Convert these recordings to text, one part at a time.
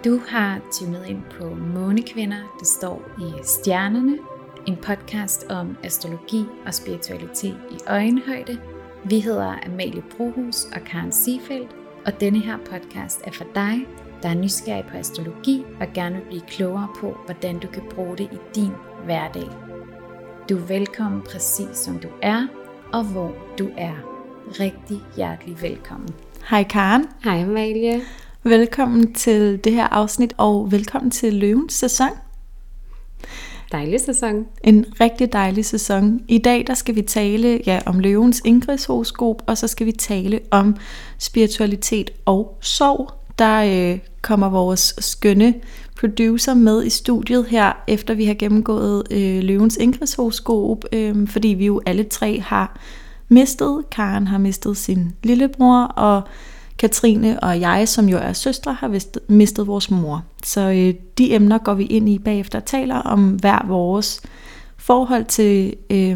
Du har tunet ind på Månekvinder, det står i stjernerne. En podcast om astrologi og spiritualitet i øjenhøjde. Vi hedder Amalie Brohus og Karen Seefeldt, og denne her podcast er for dig, der er nysgerrig på astrologi og gerne vil blive klogere på, hvordan du kan bruge det i din hverdag. Du er velkommen præcis som du er, og hvor du er. Rigtig hjertelig velkommen. Hej Karen. Hej Amalie. Velkommen til det her afsnit, og velkommen til Løvens sæson. Dejlig sæson. En rigtig dejlig sæson. I dag der skal vi tale om Løvens ingridshoroskop, og så skal vi tale om spiritualitet og sorg. Der kommer vores skønne producer med i studiet her, efter vi har gennemgået Løvens ingridshoroskop, fordi vi jo alle tre har mistet. Karen har mistet sin lillebror, og Katrine og jeg, som jo er søstre, har mistet vores mor. Så de emner går vi ind i bagefter og taler om hver vores forhold til,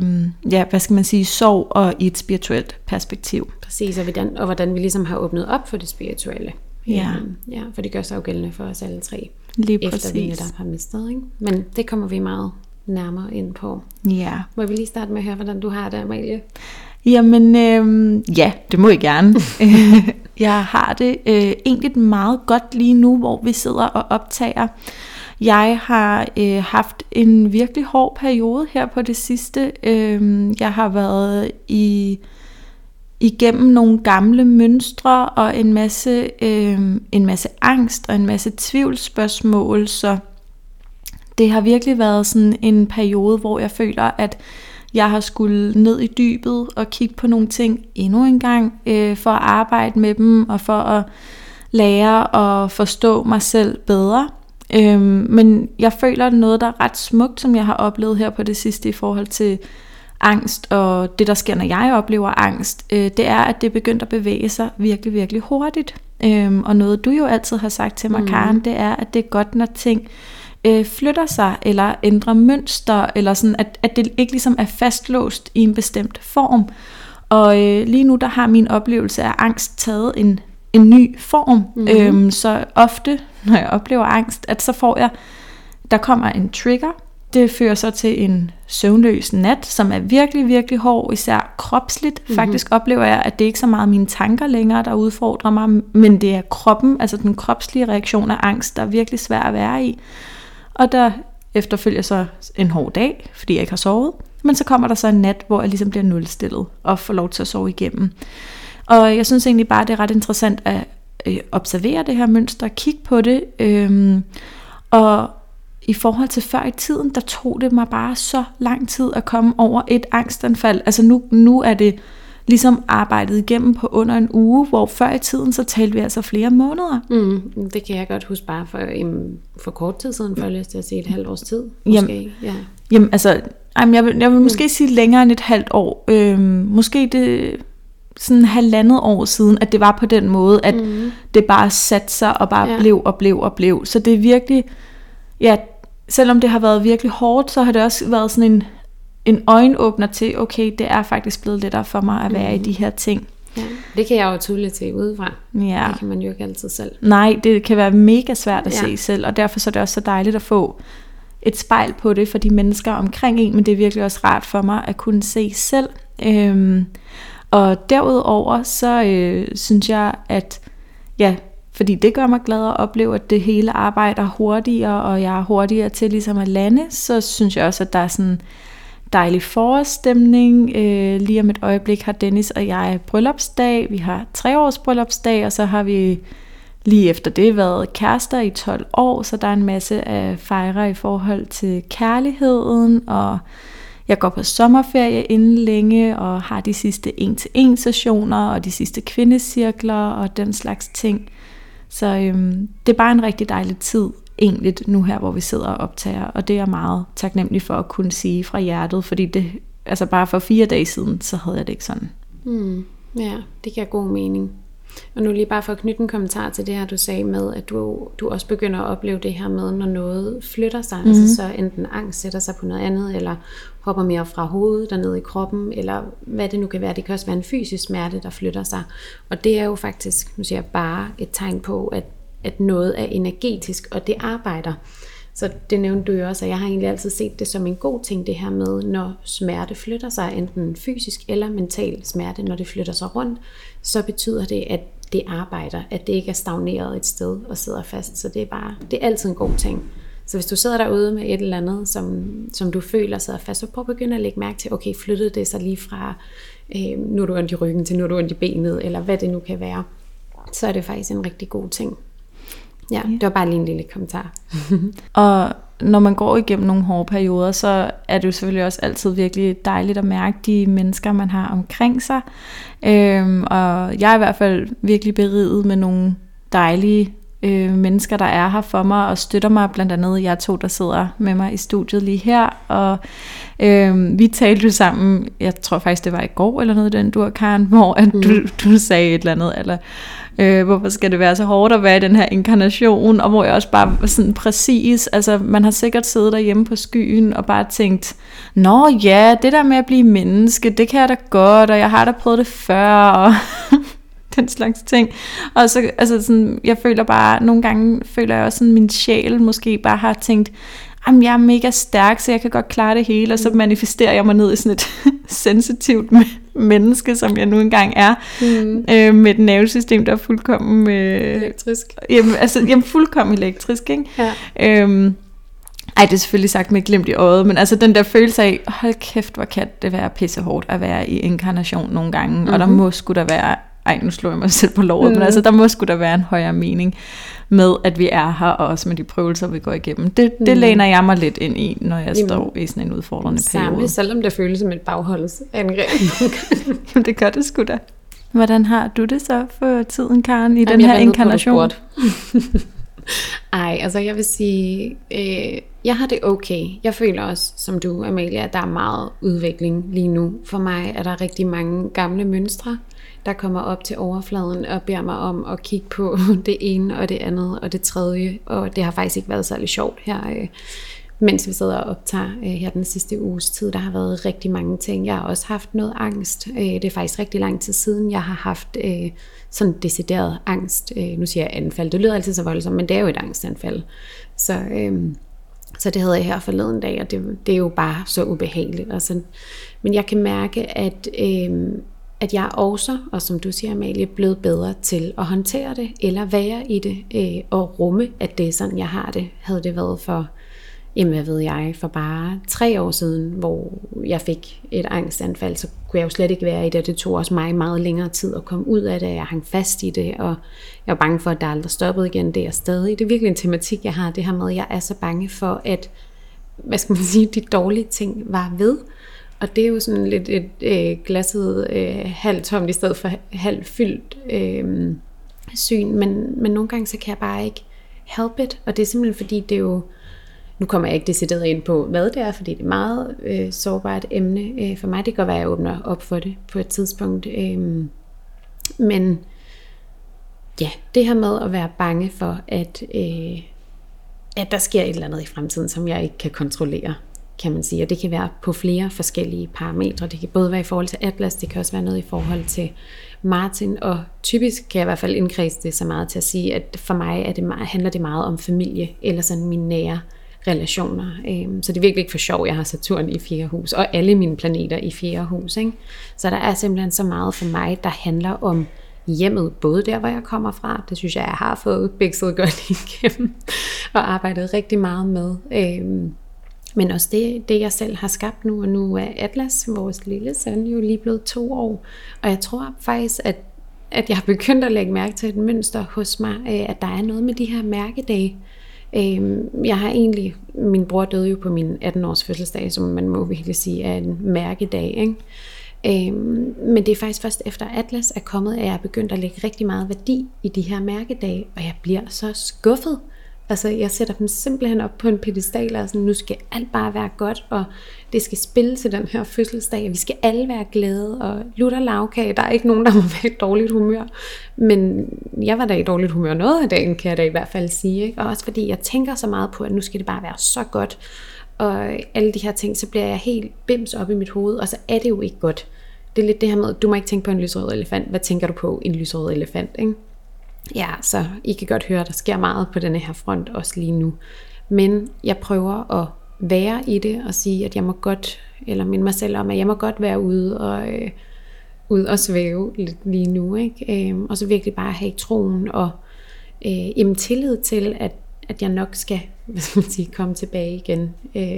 sorg og i et spirituelt perspektiv. Præcis, og hvordan vi ligesom har åbnet op for det spirituelle. Ja, for det gør sig jo gældende for os alle tre. Lige efter præcis. Vi netop har mistet, ikke? Men det kommer vi meget nærmere ind på. Ja. Må vi lige starte med at høre, hvordan du har det, Amalie? Jamen, det må I gerne. Jeg har det egentlig meget godt lige nu, hvor vi sidder og optager. Jeg har haft en virkelig hård periode her på det sidste. Jeg har været igennem nogle gamle mønstre og en masse angst og en masse tvivlsspørgsmål. Så det har virkelig været sådan en periode, hvor jeg føler, at jeg har skulle ned i dybet og kigge på nogle ting endnu en gang, for at arbejde med dem og for at lære at forstå mig selv bedre. Men jeg føler noget, der er ret smukt, som jeg har oplevet her på det sidste i forhold til angst og det, der sker, når jeg oplever angst. Det er, at det er begyndt at bevæge sig virkelig, virkelig hurtigt. Og noget, du jo altid har sagt til mig, Karen, det er, at det er godt, når ting flytter sig, eller ændrer mønster, eller sådan, at det ikke ligesom er fastlåst i en bestemt form. Og lige nu, der har min oplevelse af angst taget en ny form. Så ofte, når jeg oplever angst, at så får der kommer en trigger. Det fører så til en søvnløs nat, som er virkelig, virkelig hård, især kropsligt. Faktisk oplever jeg, at det ikke så meget mine tanker længere, der udfordrer mig, men det er kroppen, altså den kropslige reaktion af angst, der er virkelig svær at være i. Og der efterfølger så en hård dag, fordi jeg ikke har sovet. Men så kommer der så en nat, hvor jeg ligesom bliver nulstillet og får lov til at sove igennem. Og jeg synes egentlig bare, det er ret interessant at observere det her mønster, kigge på det. Og i forhold til før i tiden, der tog det mig bare så lang tid at komme over et angstanfald. Altså nu er det ligesom arbejdet igennem på under en uge, hvor før i tiden, så talte vi altså flere måneder. Det kan jeg godt huske bare for kort tid siden, for lyst til at se et halvt års tid. Måske. Jamen altså, jeg vil måske sige længere end et halvt år. Måske det sådan 1,5 år siden, at det var på den måde, at det bare satte sig og bare blev og blev. Så det er virkelig, selvom det har været virkelig hårdt, så har det også været sådan en øjenåbner til, okay, det er faktisk blevet lettere for mig at være i de her ting. Ja, det kan jeg jo tydeligt til udefra. Ja. Det kan man jo ikke altid selv. Nej, det kan være mega svært at se selv, og derfor så er det også så dejligt at få et spejl på det for de mennesker omkring en, men det er virkelig også rart for mig at kunne se selv. Og derudover så synes jeg, at fordi det gør mig glad at opleve, at det hele arbejder hurtigere, og jeg er hurtigere til ligesom at lande, så synes jeg også, at der er sådan dejlig forårsstemning. Lige om et øjeblik har Dennis og jeg bryllupsdag. Vi har 3-års bryllupsdag, og så har vi lige efter det været kærester i 12 år, så der er en masse at fejre i forhold til kærligheden, og jeg går på sommerferie inden længe, og har de sidste 1-til-1 sessioner, og de sidste kvindecirkler, og den slags ting. Så det er bare en rigtig dejlig tid, egentlig nu her, hvor vi sidder og optager, og det er jeg meget taknemmelig for at kunne sige fra hjertet, fordi det, altså bare for 4 dage siden, så havde jeg det ikke sådan. Ja, det giver god mening. Og nu lige bare for at knytte en kommentar til det her, du sagde med, at du også begynder at opleve det her med, når noget flytter sig, altså så enten angst sætter sig på noget andet, eller hopper mere fra hovedet og ned i kroppen, eller hvad det nu kan være. Det kan også være en fysisk smerte, der flytter sig. Og det er jo faktisk, nu siger jeg bare, et tegn på, at noget er energetisk, og det arbejder. Så det nævnte du jo også, og jeg har egentlig altid set det som en god ting, det her med, når smerte flytter sig, enten fysisk eller mental smerte, når det flytter sig rundt, så betyder det, at det arbejder, at det ikke er stagneret et sted og sidder fast. Så det er altid en god ting. Så hvis du sidder derude med et eller andet, som du føler sidder fast, så prøv at begynde at lægge mærke til, okay, flyttede det sig lige fra, nu er du ondt i ryggen til nu er du ondt i benet, eller hvad det nu kan være, så er det faktisk en rigtig god ting. Ja, det var bare lige en lille kommentar. Og når man går igennem nogle hårde perioder, så er det jo selvfølgelig også altid virkelig dejligt at mærke de mennesker, man har omkring sig. Og jeg er i hvert fald virkelig beriget med nogle dejlige mennesker, der er her for mig og støtter mig, blandt andet jer to, der sidder med mig i studiet lige her. Og vi talte jo sammen, jeg tror faktisk det var i går eller noget den dur, Karen, hvor at du sagde et eller andet, eller hvorfor skal det være så hårdt at være i den her inkarnation, og hvor jeg også bare var sådan præcis, altså man har sikkert siddet derhjemme på skyen og bare tænkt, nå ja, det der med at blive menneske, det kan jeg da godt, og jeg har da prøvet det før, og den slags ting. Og så, altså sådan, jeg føler bare, nogle gange føler jeg også sådan, min sjæl måske bare har tænkt, jamen jeg er mega stærk, så jeg kan godt klare det hele, og så manifesterer jeg mig ned i sådan et sensitivt menneske, som jeg nu engang er, med et nervesystem, der er fuldkommen elektrisk. Jamen fuldkommen elektrisk, ikke? Ja. Ej, det er selvfølgelig sagt med glimt i øjet, men altså den der følelse af, hold kæft, hvor kan det være pissehårdt at være i inkarnation nogle gange, og der må sgu da være, nu slår jeg mig selv på låret, men altså der må sgu da være en højere mening med, at vi er her, og også med de prøvelser, vi går igennem. Det læner jeg mig lidt ind i, når jeg står i sådan en udfordrende periode. Selvom det føles som et bagholdsangreb. Jamen det gør det sgu da. Hvordan har du det så for tiden, Karen, i den her inkarnation? Ej, altså jeg vil sige, jeg har det okay. Jeg føler også, som du, Amalie, at der er meget udvikling lige nu. For mig er der rigtig mange gamle mønstre, der kommer op til overfladen og beder mig om at kigge på det ene og det andet og det tredje. Og det har faktisk ikke været særlig sjovt her, mens vi sidder og optager her den sidste uges tid. Der har været rigtig mange ting. Jeg har også haft noget angst. Det er faktisk rigtig lang tid siden, jeg har haft sådan decideret angst. Nu siger jeg anfald. Det lyder altid så voldsomt, men det er jo et angstanfald. Så det havde jeg her forleden dag, og det er jo bare så ubehageligt. Altså, men jeg kan mærke, at jeg også, og som du siger, Amalie, er blevet bedre til at håndtere det, eller være i det, og rumme, at det er sådan, jeg har det. Havde det været for, hvad ved jeg, for bare 3 år siden, hvor jeg fik et angstanfald, så kunne jeg jo slet ikke være i det. Det tog også mig meget længere tid at komme ud af det. Jeg hang fast i det, og jeg var bange for, at der aldrig stoppede igen. Det er stadig. Det er virkelig en tematik, jeg har, det her med, at jeg er så bange for, at, hvad skal man sige, de dårlige ting var ved. Og det er jo sådan lidt et glasset halvtomt i stedet for halvfyldt syn. Men nogle gange så kan jeg bare ikke help it. Og det er simpelthen fordi, det er jo, nu kommer jeg ikke decideret ind på, hvad det er, fordi det er meget sårbart emne for mig. Det kan godt være, at jeg åbner op for det på et tidspunkt. Men ja, det her med at være bange for, at der sker et eller andet i fremtiden, som jeg ikke kan kontrollere, kan man sige. Og det kan være på flere forskellige parametre. Det kan både være i forhold til Atlas, det kan også være noget i forhold til Martin, og typisk kan jeg i hvert fald indkredse det så meget til at sige, at for mig handler det meget om familie, eller sådan mine nære relationer. Så det er virkelig ikke for sjov, jeg har Saturn i 4. hus, og alle mine planeter i 4. hus. Ikke? Så der er simpelthen så meget for mig, der handler om hjemmet, både der, hvor jeg kommer fra. Det synes jeg har fået bikset godt igennem, og arbejdet rigtig meget med. Men også det, jeg selv har skabt nu, og nu er Atlas, vores lille søn, jo lige blevet 2 år. Og jeg tror faktisk, at jeg har begyndt at lægge mærke til et mønster hos mig, at der er noget med de her mærkedage. Jeg har egentlig, min bror døde jo på min 18-års fødselsdag, som man må virkelig sige er en mærkedag, ikke? Men det er faktisk først efter Atlas er kommet, at jeg er begyndt at lægge rigtig meget værdi i de her mærkedage, og jeg bliver så skuffet. Altså jeg sætter dem simpelthen op på en pedestal, og sådan, nu skal alt bare være godt, og det skal spille til den her fødselsdag, og vi skal alle være glade, og lutter lavkage, der er ikke nogen, der må være i dårligt humør. Men jeg var da i dårligt humør noget af dagen, kan jeg da i hvert fald sige. Ikke? Og også fordi jeg tænker så meget på, at nu skal det bare være så godt, og alle de her ting, så bliver jeg helt bims op i mit hoved, og så er det jo ikke godt. Det er lidt det her med, du må ikke tænke på en lyserød elefant. Hvad tænker du på, en lyserød elefant, ikke? Ja, så I kan godt høre, at der sker meget på denne her front også lige nu. Men jeg prøver at være i det og sige, at jeg må godt, eller minde mig selv om, at jeg må godt være ude og svæve lidt lige nu. Ikke? Og så virkelig bare have troen og tillid til, at jeg nok skal, komme tilbage igen.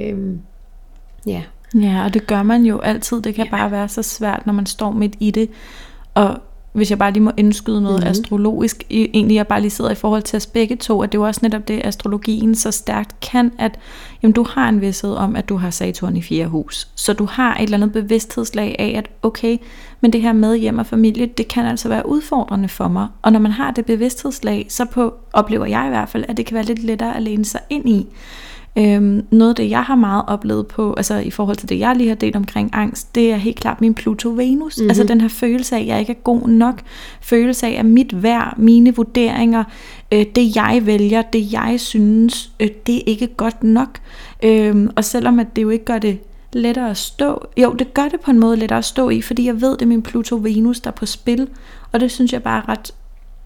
Ja. Ja, og det gør man jo altid. Det kan bare være så svært, når man står midt i det. Og hvis jeg bare lige må indskyde noget astrologisk, egentlig jeg bare lige sidder i forhold til os begge to, at det er jo også netop det, astrologien så stærkt kan, at jamen, du har en vidsthed om, at du har Saturn i 4. hus. Så du har et eller andet bevidsthedslag af, at okay, men det her med hjem og familie, det kan altså være udfordrende for mig. Og når man har det bevidsthedslag, så oplever jeg i hvert fald, at det kan være lidt lettere at læne sig ind i. Noget af det, jeg har meget oplevet på, altså i forhold til det, jeg lige har delt omkring angst, det er helt klart min Pluto-Venus. Altså den her følelse af, at jeg ikke er god nok. Følelse af, at mit værd, mine vurderinger, det jeg vælger, det jeg synes, det er ikke godt nok. Og selvom at det jo ikke gør det lettere at stå, jo det gør det på en måde lettere at stå i, fordi jeg ved, det er min Pluto-Venus, der er på spil. Og det synes jeg bare er ret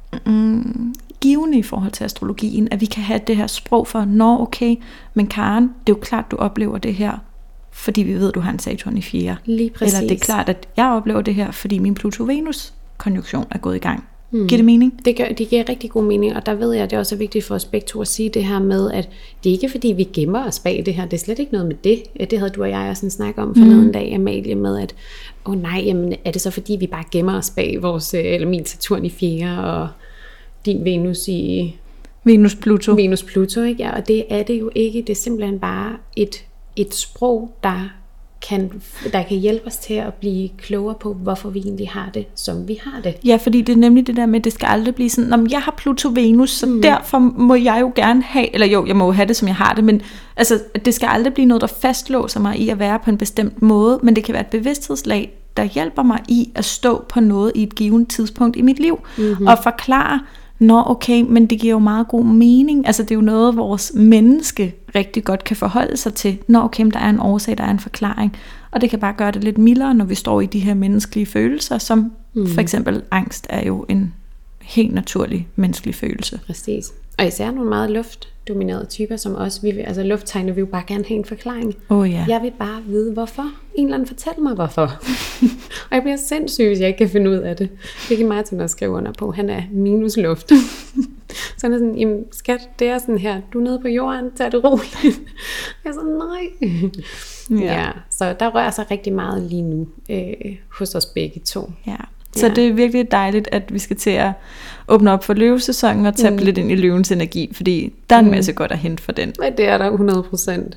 givende i forhold til astrologien, at vi kan have det her sprog for, okay, men Karen, det er jo klart, du oplever det her, fordi vi ved, du har en Saturn i 4. Lige præcis. Eller det er klart, at jeg oplever det her, fordi min Pluto-Venus-konjunktion er gået i gang. Giver det mening? Det giver rigtig god mening, og der ved jeg, at det er også vigtigt for os begge to at sige det her med, at det er ikke fordi, vi gemmer os bag det her. Det er slet ikke noget med det. Det havde du og jeg også en snak om forleden dag, Amalie, med at, jamen, er det så fordi, vi bare gemmer os bag vores, eller min Saturn i 4, og din Venus i Venus Pluto, ikke? Ja, og det er det jo ikke. Det er simpelthen bare et sprog, der kan hjælpe os til at blive klogere på, hvorfor vi egentlig har det, som vi har det. Ja, fordi det er nemlig det der med, at det skal aldrig blive sådan, jeg har Pluto-Venus, så derfor må jeg jo gerne have, eller jo, jeg må jo have det, som jeg har det, men altså, det skal aldrig blive noget, der fastlåser mig i at være på en bestemt måde, men det kan være et bevidsthedslag, der hjælper mig i at stå på noget i et givet tidspunkt i mit liv, og forklare, okay, men det giver jo meget god mening. Altså det er jo noget, vores menneske rigtig godt kan forholde sig til. Okay, der er en årsag, der er en forklaring. Og det kan bare gøre det lidt mildere, når vi står i de her menneskelige følelser, som for eksempel angst er jo en helt naturlig menneskelig følelse. Præcis. Og især nogle meget luftdominerede typer som os. Altså lufttegner vil jo bare gerne have en forklaring. Ja. Jeg vil bare vide, hvorfor. En eller anden fortæl mig, hvorfor. Og jeg bliver sindssyg, hvis jeg ikke kan finde ud af det. Det kan Martin også skrive under på. Han er minus luft. Så han er sådan, jamen skat, det er sådan her. Du er nede på jorden, tag det roligt. Jeg er sådan, nej. Ja, så der rører sig rigtig meget lige nu hos os begge to. Ja. Så det er virkelig dejligt, at vi skal til at åbne op for løvesæsonen og tabe lidt ind i løvens energi, fordi der er en masse godt at hente for den. Ja, det er der 100%.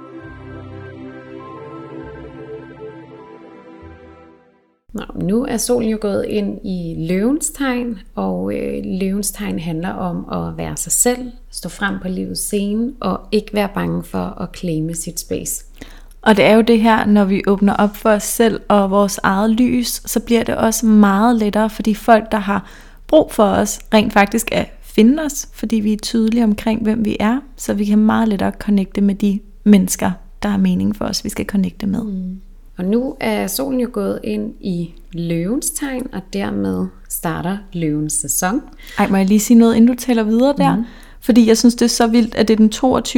Nu er solen jo gået ind i løvens tegn, og løvens tegn handler om at være sig selv, stå frem på livets scene, og ikke være bange for at claime sit space. Og det er jo det her, når vi åbner op for os selv og vores eget lys, så bliver det også meget lettere for de folk, der har brug for os, rent faktisk at finde os, fordi vi er tydelige omkring, hvem vi er, så vi kan meget lettere connecte med de mennesker, der har mening for os, vi skal connecte med. Og nu er solen jo gået ind i løvens tegn, og dermed starter løvens sæson. Må jeg lige sige noget, inden du taler videre der? Fordi jeg synes, det er så vildt, at det er den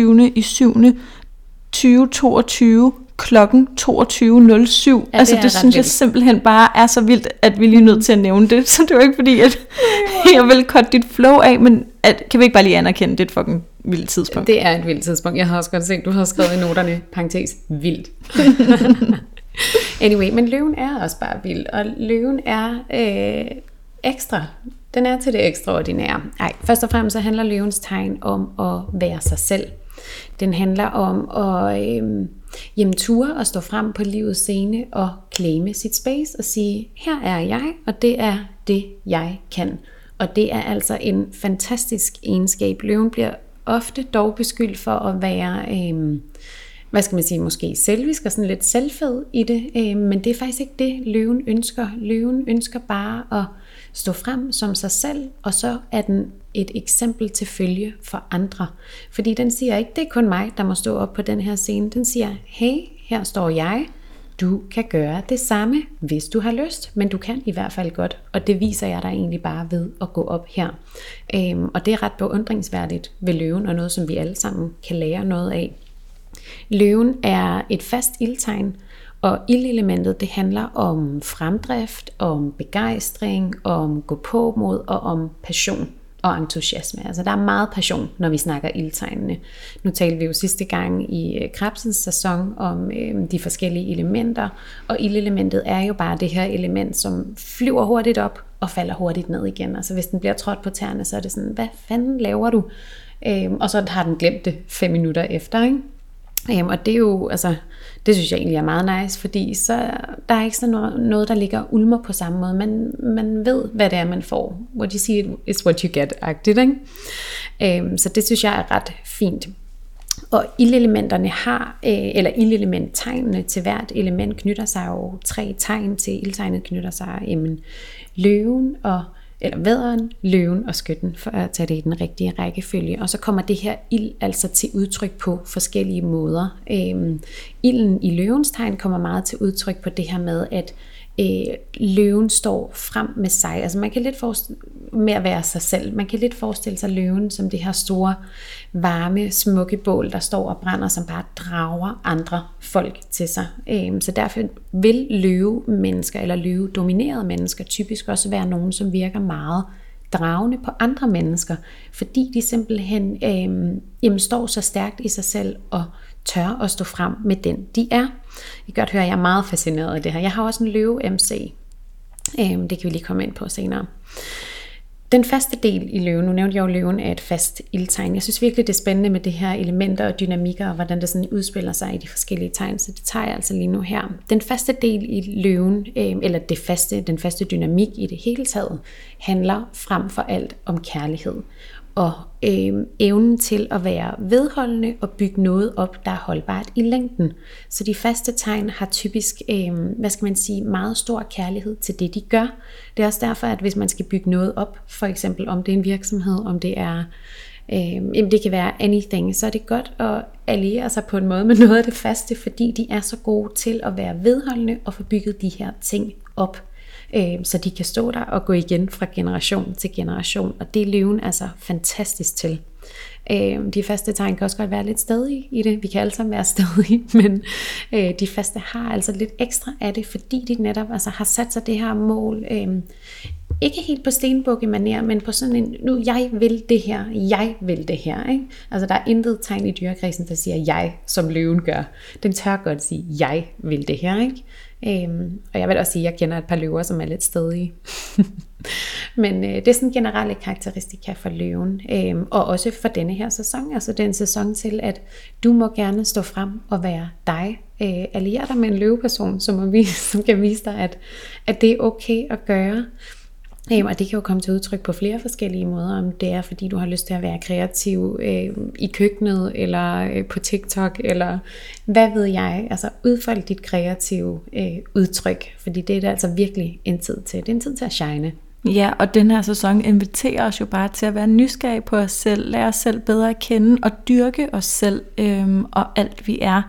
22.7.2022 klokken 22.07. Ja, altså det synes jeg simpelthen bare er så vildt, at vi lige er nødt til at nævne det. Så det er jo ikke fordi, at jeg vil cutte dit flow af, men kan vi ikke bare lige anerkende, det er et fucking vildt tidspunkt? Det er et vildt tidspunkt. Jeg har også godt set, du har skrevet i noterne, parentes, vildt. Anyway, men løven er også bare vild, og løven er ekstra. Den er til det ekstraordinære. Først og fremmest så handler løvens tegn om at være sig selv. Den handler om at ture og stå frem på livets scene og claime sit space og sige, her er jeg, og det er det, jeg kan. Og det er altså en fantastisk egenskab. Løven bliver ofte dog beskyldt for at være, måske selvisk og sådan lidt selvfed i det, men det er faktisk ikke det, løven ønsker. Løven ønsker bare at stå frem som sig selv, og så er den et eksempel til følge for andre. Fordi den siger ikke, det er kun mig, der må stå op på den her scene. Den siger, hey, her står jeg, Du kan gøre det samme, hvis du har lyst, men du kan i hvert fald godt, og det viser jeg dig egentlig bare ved at gå op her. Og det er ret beundringsværdigt ved løven, og noget som vi alle sammen kan lære noget af. Løven er et fast ildtegn, og ildelementet det handler om fremdrift, om begejstring, om gå på mod og om passion og entusiasme. Altså der er meget passion, når vi snakker ildtegnene. Nu talte vi jo sidste gang i Krebsens sæson om de forskellige elementer, og ildelementet er jo bare det her element, som flyver hurtigt op og falder hurtigt ned igen. Altså hvis den bliver trådt på tæerne, så er det sådan, hvad fanden laver du? Og så har den glemt det 5 minutter efter, ikke? Og det er jo, altså, det synes jeg egentlig er meget nice, fordi så der er ikke sådan noget, der ligger ulmer på samme måde. Man ved, hvad det er, man får. What you see is what you get-agtigt, ikke? Så det synes jeg er ret fint. Og ildelementerne har, eller ildelementtegnene til hvert element knytter sig jo 3 tegn til. Ildtegnet knytter sig løven eller vædderen, løven og skytten, for at tage det i den rigtige rækkefølge. Og så kommer det her ild altså til udtryk på forskellige måder. Ilden i løvens tegn kommer meget til udtryk på det her med, at løven står frem med sig. Altså man kan lidt med at være sig selv. Man kan lidt forestille sig løven som det her store, varme, smukke bål, der står og brænder, som bare drager andre folk til sig. Så derfor vil løvemennesker eller løvedominerede mennesker typisk også være nogen, som virker meget dragende på andre mennesker, fordi de simpelthen står så stærkt i sig selv og tør at stå frem med den, de er. I kan godt høre, at jeg er meget fascineret af det her. Jeg har også en løve-MC. Det kan vi lige komme ind på senere. Den faste del i løven, nu nævnte jeg jo, løven er et fast ildtegn. Jeg synes virkelig, det er spændende med det her elementer og dynamikker, og hvordan det sådan udspiller sig i de forskellige tegn, så det tager jeg altså lige nu her. Den faste del i løven, eller den faste dynamik i det hele taget, handler frem for alt om kærlighed. Og evnen til at være vedholdende og bygge noget op, der er holdbart i længden. Så de faste tegn har typisk, meget stor kærlighed til det, de gør. Det er også derfor, at hvis man skal bygge noget op, for eksempel om det er en virksomhed, om det er, det kan være anything, så er det godt at alliere sig på en måde med noget af det faste, fordi de er så gode til at være vedholdende og få bygget de her ting op, så de kan stå der og gå igen fra generation til generation, og det er løven altså fantastisk til. De faste tegn kan også godt være lidt stadige i det, vi kan alle sammen være stadige, men de faste har altså lidt ekstra af det, fordi de netop altså har sat sig det her mål, ikke helt på stenbukke-manér, men på sådan en, nu jeg vil det her, ikke? Altså der er intet tegn i dyrekrisen, der siger jeg, som løven gør. Den tør godt sige, jeg vil det her, ikke? Og jeg vil også sige, at jeg kender et par løver, som er lidt stadige. Men det er sådan generelle karakteristika for løven, og også for denne her sæson. Altså det er en sæson til, at du må gerne stå frem og være dig. Alliere dig med en løveperson, som kan vise dig, at det er okay at gøre. Og det kan jo komme til udtryk på flere forskellige måder, om det er fordi du har lyst til at være kreativ i køkkenet, eller på TikTok, eller hvad ved jeg, altså udfold dit kreative udtryk, fordi det er det altså virkelig en tid til. Det er en tid til at shine. Ja, og den her sæson inviterer os jo bare til at være nysgerrige på os selv, lære os selv bedre at kende og dyrke os selv og alt vi er.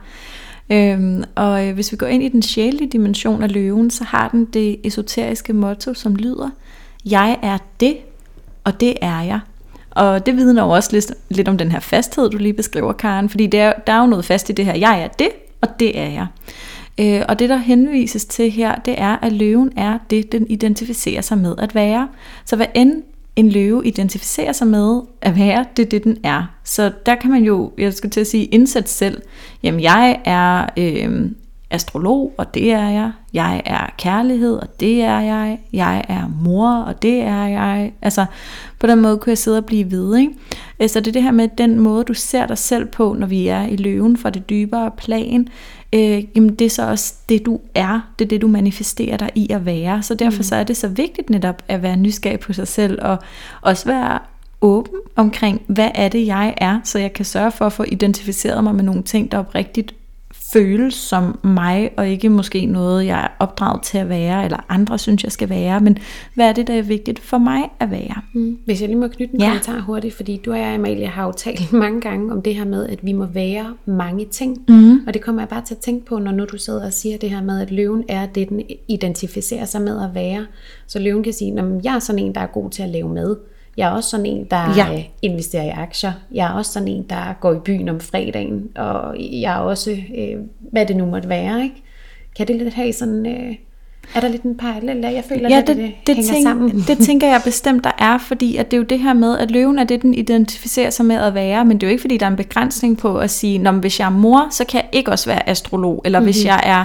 Og hvis vi går ind i den sjælelige dimension af løven, så har den det esoteriske motto, som lyder: jeg er det, og det er jeg. Og det vidner jo også lidt om den her fasthed, du lige beskriver, Karen, fordi der er jo noget fast i det her: jeg er det, og det er jeg. Og det der henvises til her, det er, at løven er det, den identificerer sig med at være. Så hvad end en løve identificerer sig med at være, det er det, den er. Så der kan man jo, jeg skal til at sige, indsætte selv. Jamen, jeg er astrolog, og det er jeg. Jeg er kærlighed, og det er jeg. Jeg er mor, og det er jeg. Altså, på den måde kunne jeg sidde og blive ved, ikke? Så det er det her med den måde, du ser dig selv på, når vi er i løven fra det dybere plan. Jamen det er så også det, du er. Det er det, du manifesterer dig i at være. Så derfor så er det så vigtigt netop at være nysgerrig på sig selv, og også være åben omkring, hvad er det, jeg er, så jeg kan sørge for at få identificeret mig med nogle ting, der oprigtigt føles som mig, og ikke måske noget, jeg er opdraget til at være, eller andre synes, jeg skal være, men hvad er det, der er vigtigt for mig at være? Hvis jeg lige må knytte en kommentar hurtigt, fordi du og jeg, Amalie, har jo talt mange gange om det her med, at vi må være mange ting, og det kommer jeg bare til at tænke på, når nu du sidder og siger det her med, at løven er det, den identificerer sig med at være, så løven kan sige, jeg er sådan en, der er god til at lave mad. Jeg er også sådan en, der investerer i aktier. Jeg er også sådan en, der går i byen om fredagen. Og jeg er også, hvad det nu måtte være, ikke? Kan det lidt have sådan... er der lidt en parallel? Jeg føler, at det hænger sammen. Det tænker jeg bestemt, der er, fordi at det er jo det her med, at løven er det, den identificerer sig med at være, men det er jo ikke, fordi der er en begrænsning på at sige, hvis jeg er mor, så kan jeg ikke også være astrolog, eller hvis jeg er...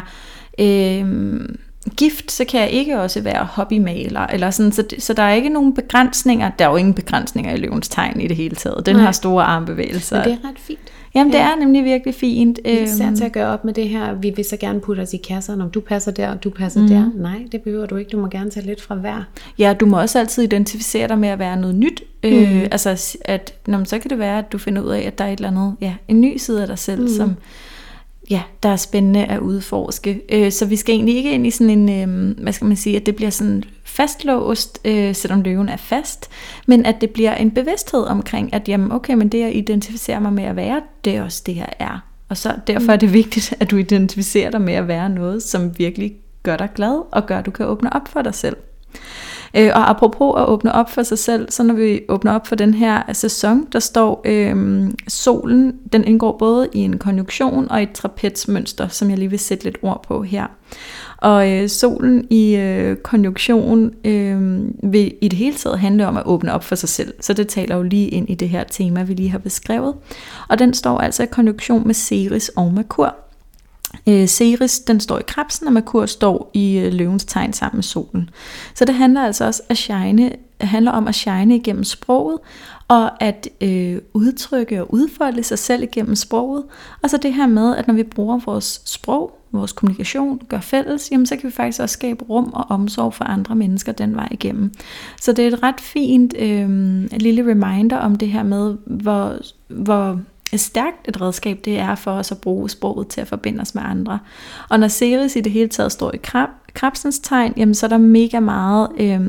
gift, så kan jeg ikke også være hobbymaler, eller sådan, så der er ikke nogen begrænsninger. Der er jo ingen begrænsninger i løvens tegn i det hele taget. Den har store armbevægelser. Men det er ret fint. Jamen, det er nemlig virkelig fint. Især til at gøre op med det her, vi vil så gerne putte os i kasser, når du passer der, og du passer der. Nej, det behøver du ikke. Du må gerne tage lidt fra hver. Ja, du må også altid identificere dig med at være noget nyt. Altså, at så kan det være, at du finder ud af, at der er et eller andet, en ny side af dig selv, som der er spændende at udforske. Så vi skal egentlig ikke ind i sådan en, hvad skal man sige, at det bliver sådan fastlåst, selvom løven er fast, men at det bliver en bevidsthed omkring, at men det jeg identificerer mig med at være, det er også det jeg er. Og så derfor er det vigtigt, at du identificerer dig med at være noget, som virkelig gør dig glad, og gør, at du kan åbne op for dig selv. Og apropos at åbne op for sig selv, så når vi åbner op for den her sæson, der står solen, den indgår både i en konjunktion og et trapezmønster, som jeg lige vil sætte lidt ord på her. Og solen i konjunktion vil i det hele taget handle om at åbne op for sig selv, så det taler jo lige ind i det her tema, vi lige har beskrevet. Og den står altså i konjunktion med Ceres og Merkur. Ceres, den står i Krebsen, og Merkur står i løvens tegn sammen med solen. Så det handler altså også om at shine igennem sproget, og at udtrykke og udfolde sig selv igennem sproget. Og så det her med, at når vi bruger vores sprog, vores kommunikation, gør fælles, så kan vi faktisk også skabe rum og omsorg for andre mennesker den vej igennem. Så det er et ret fint lille reminder om det her med, hvor stærkt et redskab det er for os at bruge sproget til at forbinde os med andre. Og når Ceres i det hele taget står i Krebsens tegn, så er der mega meget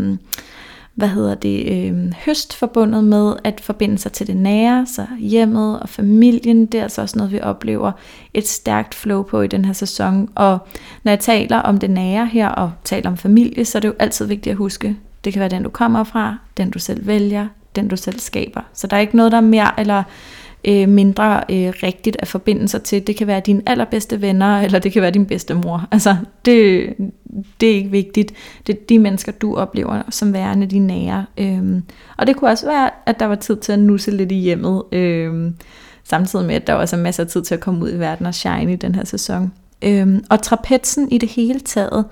høst forbundet med at forbinde sig til det nære, så hjemmet og familien, det er altså også noget, vi oplever et stærkt flow på i den her sæson. Og når jeg taler om det nære her, og taler om familie, så er det jo altid vigtigt at huske, det kan være den, du kommer fra, den, du selv vælger, den, du selv skaber. Så der er ikke noget, der er mere eller mindre rigtigt at forbinde sig til. Det kan være dine allerbedste venner, eller det kan være din bedste mor. Altså, det er ikke vigtigt. Det er de mennesker, du oplever som værende de nære. Og det kunne også være, at der var tid til at nusse lidt i hjemmet, samtidig med, at der også er masser af tid til at komme ud i verden og shine i den her sæson. Og trapetsen i det hele taget,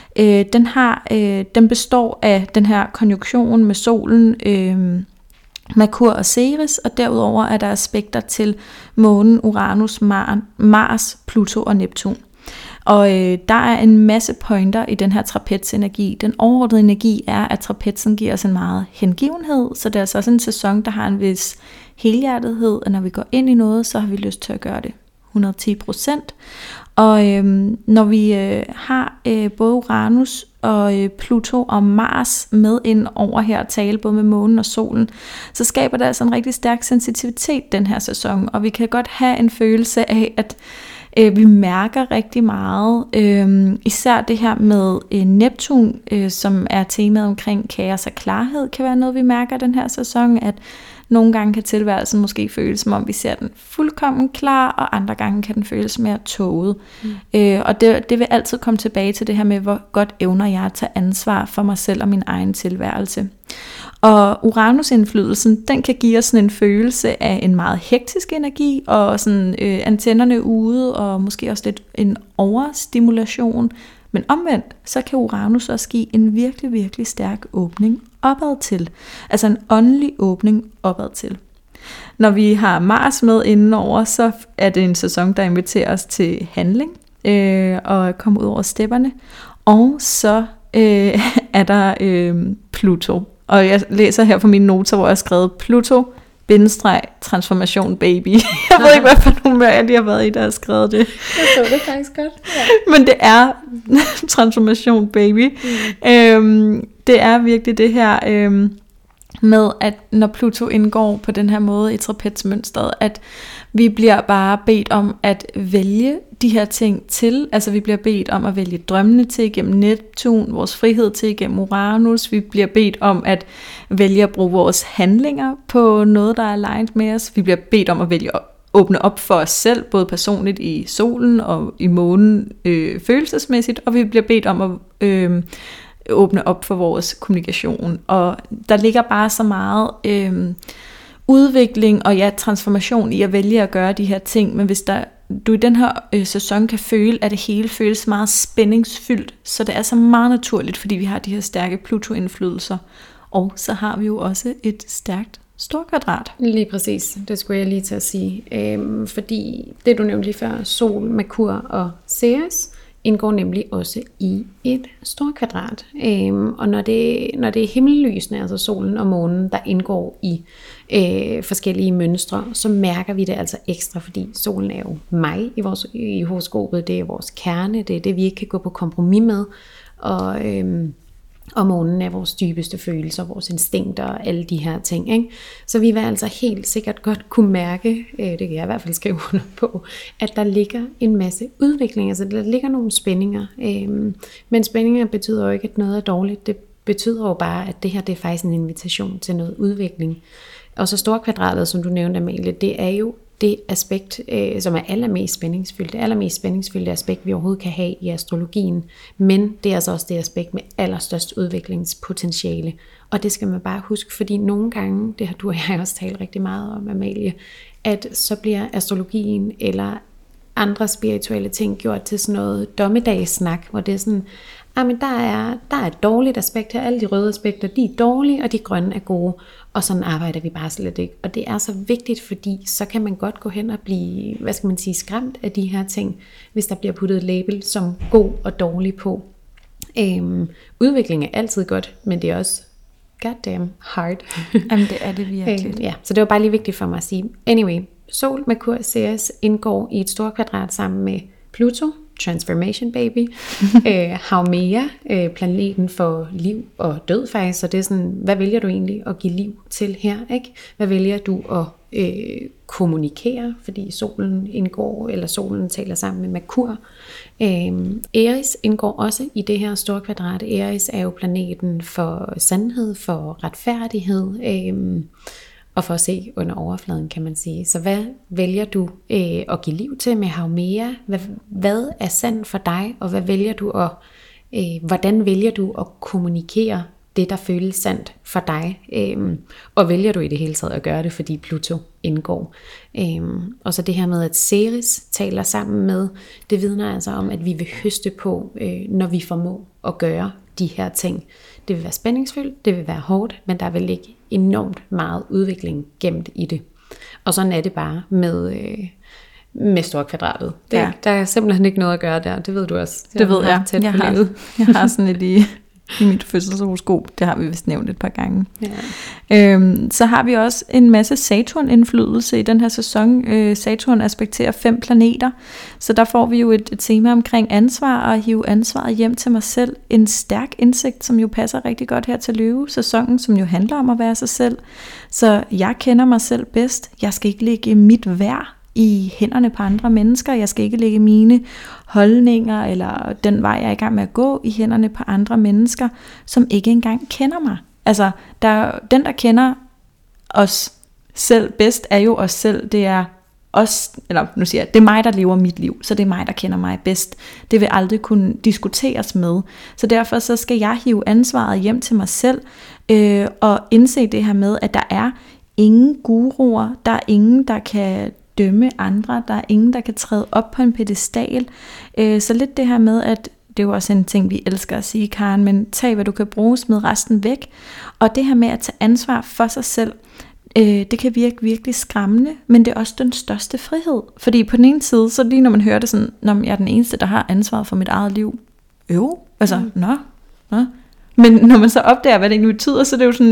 den består af den her konjunktion med solen, Merkur og Ceres, og derudover er der aspekter til månen, Uranus, Mars, Pluto og Neptun. Og der er en masse pointer i den her trapezsenergi. Den overordnede energi er, at trapetsen giver os en meget hengivenhed, så det er altså også en sæson, der har en vis helhjertethed, og når vi går ind i noget, så har vi lyst til at gøre det 110%. Og når vi har både Uranus og Pluto og Mars med ind over her og tale både med månen og solen, så skaber det altså en rigtig stærk sensitivitet den her sæson, og vi kan godt have en følelse af, at vi mærker rigtig meget, især det her med Neptun, som er temaet omkring kaos og klarhed, kan være noget, vi mærker den her sæson, at nogle gange kan tilværelsen måske føles, som om vi ser den fuldkommen klar, og andre gange kan den føles mere tåget. Og det vil altid komme tilbage til det her med, hvor godt evner jeg at tage ansvar for mig selv og min egen tilværelse. Og Uranus-indflydelsen, den kan give os sådan en følelse af en meget hektisk energi, og sådan antennerne ude, og måske også lidt en overstimulation. Men omvendt, så kan Uranus også give en virkelig, virkelig stærk åbning opad til. Altså en åndelig åbning opad til. Når vi har Mars med indenover, så er det en sæson, der inviterer os til handling og komme ud over stepperne. Og så er der Pluto. Og jeg læser her fra mine noter, hvor jeg har skrevet Pluto, _transformation baby. Jeg ved ikke, hvad for humør jeg lige har været i, der har skrevet det. Jeg så det faktisk godt. Ja. Men det er transformation baby. Det er virkelig det her med, at når Pluto indgår på den her måde i trapezmønstret, at vi bliver bare bedt om at vælge de her ting til. Altså vi bliver bedt om at vælge drømmene til gennem Neptun, vores frihed til gennem Uranus. Vi bliver bedt om at vælge at bruge vores handlinger på noget, der er aligned med os. Vi bliver bedt om at vælge at åbne op for os selv, både personligt i solen og i månen følelsesmæssigt. Og vi bliver bedt om at åbne op for vores kommunikation. Og der ligger bare så meget udvikling og transformation i at vælge at gøre de her ting. Men hvis du i den her sæson kan føle, at det hele føles meget spændingsfyldt, så det er så meget naturligt, fordi vi har de her stærke Pluto-indflydelser. Og så har vi jo også et stærkt storkvadrat. Lige præcis, det skulle jeg lige til at sige. Fordi det du nævnte lige før, Sol, Merkur og Ceres, indgår nemlig også i et storkvadrat. Og når det er himmellysene, altså solen og månen, der indgår i forskellige mønstre, så mærker vi det altså ekstra, fordi solen er jo mig i horoskopet, det er vores kerne, det er det, vi ikke kan gå på kompromis med, og månen er vores dybeste følelser, vores instinkter og alle de her ting. Ikke? Så vi vil altså helt sikkert godt kunne mærke, det kan jeg i hvert fald skrive under på, at der ligger en masse udvikling, altså der ligger nogle spændinger. Men spændinger betyder jo ikke, at noget er dårligt. Det betyder jo bare, at det her det er faktisk en invitation til noget udvikling. Og så storkvadratet, som du nævnte, Amalie, det er jo det aspekt, som er allermest spændingsfyldt. Det allermest spændingsfyldte aspekt, vi overhovedet kan have i astrologien. Men det er altså også det aspekt med allerstørst udviklingspotentiale. Og det skal man bare huske, fordi nogle gange, det har du og jeg også talt rigtig meget om, Amalie, at så bliver astrologien eller andre spirituelle ting gjort til sådan noget dommedagssnak, hvor det er sådan, men der er et dårligt aspekt her, alle de røde aspekter, de er dårlige, og de grønne er gode, og sådan arbejder vi bare slet ikke. Og det er så vigtigt, fordi så kan man godt gå hen og blive, skræmt af de her ting, hvis der bliver puttet et label som god og dårlig på. Udvikling er altid godt, men det er også goddamn hard. Jamen det er det virkelig. Ja, så det var bare lige vigtigt for mig at sige. Anyway, Sol, Merkur og Ceres indgår i et storkvadrat sammen med Pluto, Transformation baby, Haumea, planeten for liv og død faktisk, så det er sådan, hvad vælger du egentlig at give liv til her, ikke? Hvad vælger du at kommunikere, fordi solen taler sammen med Merkur. Eris indgår også i det her store kvadrat. Eris er jo planeten for sandhed, for retfærdighed, og for at se under overfladen, kan man sige. Så hvad vælger du at give liv til med Haumea? Hvad er sandt for dig, og hvordan vælger du at kommunikere det, der føles sandt for dig? Og vælger du i det hele taget at gøre det, fordi Pluto indgår? Og så det her med, at Ceres taler sammen med, det vidner altså om, at vi vil høste på, når vi formår at gøre de her ting. Det vil være spændingsfyldt, det vil være hårdt, men der vil ligge enormt meget udvikling gemt i det. Og sådan er det bare med storkvadratet. Der er simpelthen ikke noget at gøre der, det ved du også. Det ved jeg. Jeg har sådan et i mit fødselshoroskop, det har vi vist nævnt et par gange. Ja. Så har vi også en masse Saturn-indflydelse i den her sæson. Saturn aspekterer 5 planeter, så der får vi jo et tema omkring ansvar og at hive ansvaret hjem til mig selv. En stærk indsigt, som jo passer rigtig godt her til løve-sæsonen, som jo handler om at være sig selv. Så jeg kender mig selv bedst. Jeg skal ikke lægge mit værd i hænderne på andre mennesker. Jeg skal ikke lægge mine holdninger eller den vej, jeg er i gang med at gå, i hænderne på andre mennesker, som ikke engang kender mig. Altså, den, der kender os selv bedst, er jo os selv. Det er os, eller nu siger jeg, det er mig, der lever mit liv, så det er mig, der kender mig bedst. Det vil aldrig kunne diskuteres med. Så derfor så skal jeg hive ansvaret hjem til mig selv, og indse det her med, at der er ingen guruer, der er ingen, der kan dømme andre, der er ingen, der kan træde op på en pedestal. Så lidt det her med, at det er jo også en ting, vi elsker at sige, Karen, men tag, hvad du kan bruge, smid resten væk. Og det her med at tage ansvar for sig selv, det kan virke virkelig skræmmende, men det er også den største frihed. Fordi på den ene side, så lige når man hører det sådan, når jeg er den eneste, der har ansvaret for mit eget liv. Nå. Men når man så opdager, hvad det egentlig betyder, så er det jo sådan mere,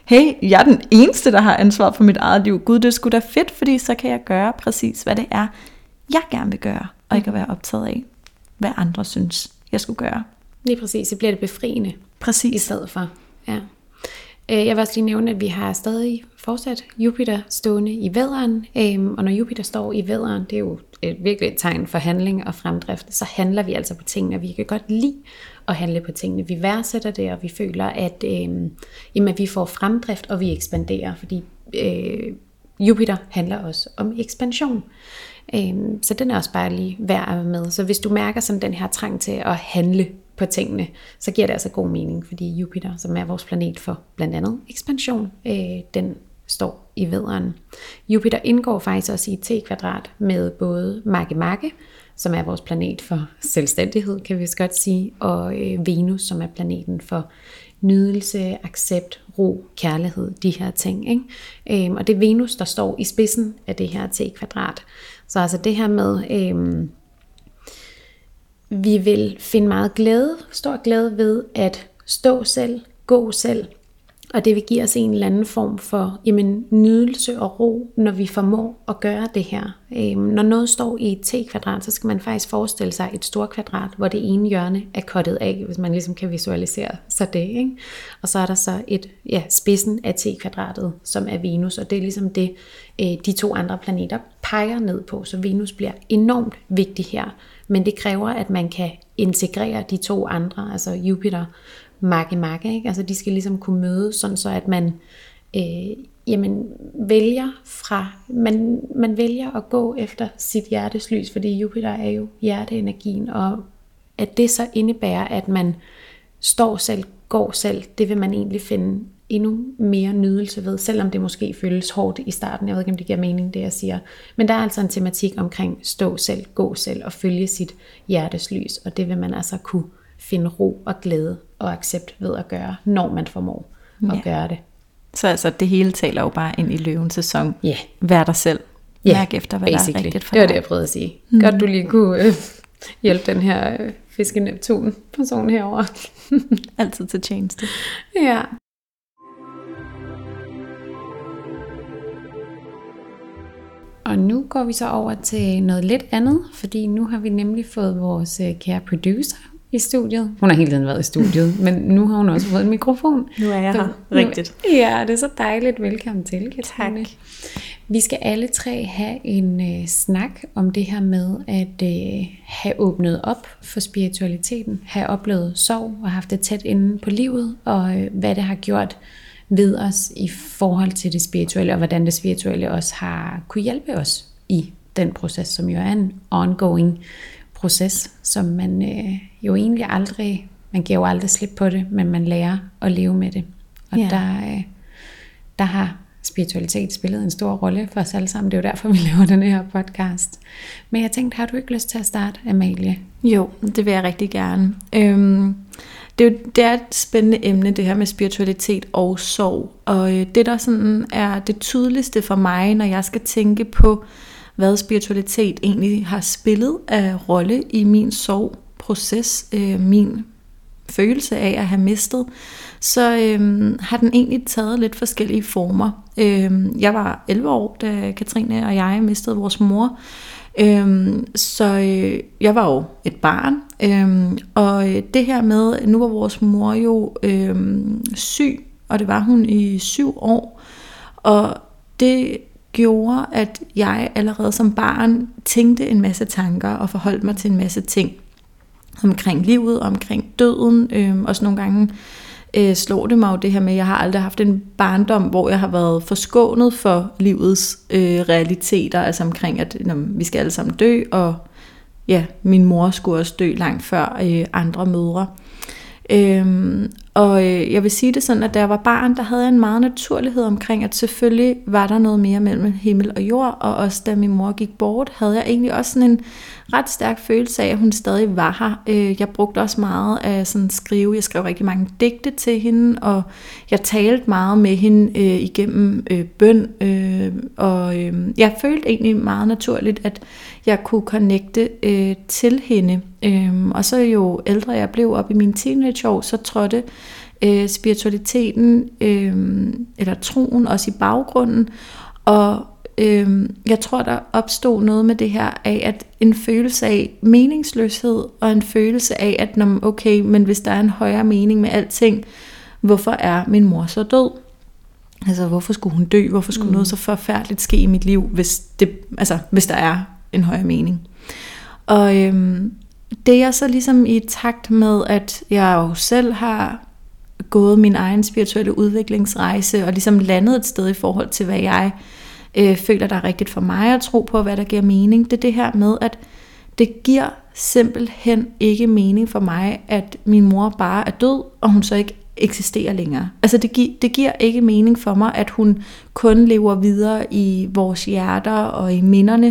hey, jeg er den eneste, der har ansvaret for mit eget liv. Gud, det er sgu da fedt, fordi så kan jeg gøre præcis, hvad det er, jeg gerne vil gøre, og ikke at være optaget af, hvad andre synes, jeg skulle gøre. Lige præcis, så bliver det befriende. Præcis. I stedet for, ja. Jeg vil også lige nævne, at vi har stadig fortsat Jupiter stående i vædderen, og når Jupiter står i vædderen, det er jo virkelig et tegn for handling og fremdrift, så handler vi altså på tingene, vi kan godt lide at handle på tingene. Vi værdsætter det, og vi føler, at vi får fremdrift, og vi ekspanderer, fordi Jupiter handler også om ekspansion. Så den er også bare lige værd at være med. Så hvis du mærker sådan den her trang til at handle på tingene, så giver det altså god mening, fordi Jupiter, som er vores planet for blandt andet ekspansion, den står i vædderen. Jupiter indgår faktisk også i et T-kvadrat med både Magge, som er vores planet for selvstændighed, kan vi godt sige, og Venus, som er planeten for nydelse, accept, ro, kærlighed, de her ting, ikke? Og det er Venus, der står i spidsen af det her T-kvadrat. Så altså det her med, vi vil finde meget stor glæde ved at stå selv, gå selv, og det vil give os en eller anden form for nydelse og ro, når vi formår at gøre det her. Når noget står i et T-kvadrat, så skal man faktisk forestille sig et stort kvadrat, hvor det ene hjørne er kottet af, hvis man ligesom kan visualisere sig det, ikke? Og så er der så spidsen af T-kvadratet, som er Venus, og det er ligesom det, de to andre planeter peger ned på, så Venus bliver enormt vigtig her. Men det kræver, at man kan integrere de to andre, altså Jupiter, Magge, ikke? Altså de skal ligesom kunne mødes, sådan så at man man vælger at gå efter sit hjertes lys, fordi Jupiter er jo hjerteenergien, og at det så indebærer, at man står selv, går selv, det vil man egentlig finde endnu mere nydelse ved, selvom det måske føles hårdt i starten. Jeg ved ikke, om det giver mening, det jeg siger. Men der er altså en tematik omkring stå selv, gå selv og følge sit hjertes lys, og det vil man altså kunne finde ro og glæde og accept ved at gøre, når man formår at gøre det. Så altså, det hele taler jo bare ind i løvens sæson. Yeah. Vær dig selv. Mærk efter, hvad basically. Der er rigtigt for dig. Det var dig. det, jeg prøvede at sige. Godt, du lige kunne hjælpe den her fiskeneptun-person herovre. Altid til tjeneste. Ja. Og nu går vi så over til noget lidt andet, fordi nu har vi nemlig fået vores kære producer i studiet. Hun har hele tiden været i studiet, men nu har hun også fået en mikrofon. Nu er jeg her. Rigtigt. Ja, det er så dejligt. Velkommen til, Katrine. Tak. Vi skal alle tre have en snak om det her med at have åbnet op for spiritualiteten, have oplevet sorg og haft det tæt inde på livet, og hvad det har gjort ved os i forhold til det spirituelle, og hvordan det spirituelle også har kunne hjælpe os i den proces, som jo er en ongoing proces, som man jo egentlig aldrig, man giver jo aldrig slip på det, men man lærer at leve med det. Og der har spiritualitet spillet en stor rolle for os alle sammen. Det er jo derfor, vi laver den her podcast. Men jeg tænkte, har du ikke lyst til at starte, Amalie? Jo, det vil jeg rigtig gerne. Det er et spændende emne, det her med spiritualitet og sorg. Og det, der sådan er det tydeligste for mig, når jeg skal tænke på, hvad spiritualitet egentlig har spillet af rolle i min sorgproces, min følelse af at have mistet, så har den egentlig taget lidt forskellige former. Jeg var 11 år, da Katrine og jeg mistede vores mor. Så jeg var jo et barn, og det her med, nu var vores mor jo syg, og det var hun i 7 år, og det gjorde, at jeg allerede som barn tænkte en masse tanker og forholdt mig til en masse ting omkring livet, omkring døden. Også nogle gange slår det mig jo det her med, at jeg har aldrig haft en barndom, hvor jeg har været forskånet for livets realiteter, altså omkring, at vi skal alle sammen dø, og ja, min mor skulle også dø langt før andre mødre. Og jeg vil sige det sådan, at da jeg var barn, der havde jeg en meget naturlighed omkring, at selvfølgelig var der noget mere mellem himmel og jord, og også da min mor gik bort, havde jeg egentlig også sådan en ret stærk følelse af, at hun stadig var her. Jeg brugte også meget af sådan skrive, jeg skrev rigtig mange digte til hende, og jeg talte meget med hende igennem bøn, og jeg følte egentlig meget naturligt, at jeg kunne connecte til hende. Og så jo ældre jeg blev op i mine teenageår, så trådte spiritualiteten eller troen også i baggrunden, og jeg tror, der opstod noget med det her af, at en følelse af meningsløshed, og en følelse af, at okay, men hvis der er en højere mening med alting, hvorfor er min mor så død? Altså, hvorfor skulle hun dø? Hvorfor skulle noget så forfærdeligt ske i mit liv, hvis der er en højere mening? Og det er så ligesom i takt med, at jeg jo selv har gået min egen spirituelle udviklingsrejse, og ligesom landet et sted i forhold til, hvad jeg føler, der er rigtigt for mig at tro på, hvad der giver mening. Det er det her med, at det giver simpelthen ikke mening for mig, at min mor bare er død, og hun så ikke eksisterer længere. Altså det giver ikke mening for mig, at hun kun lever videre i vores hjerter og i minderne.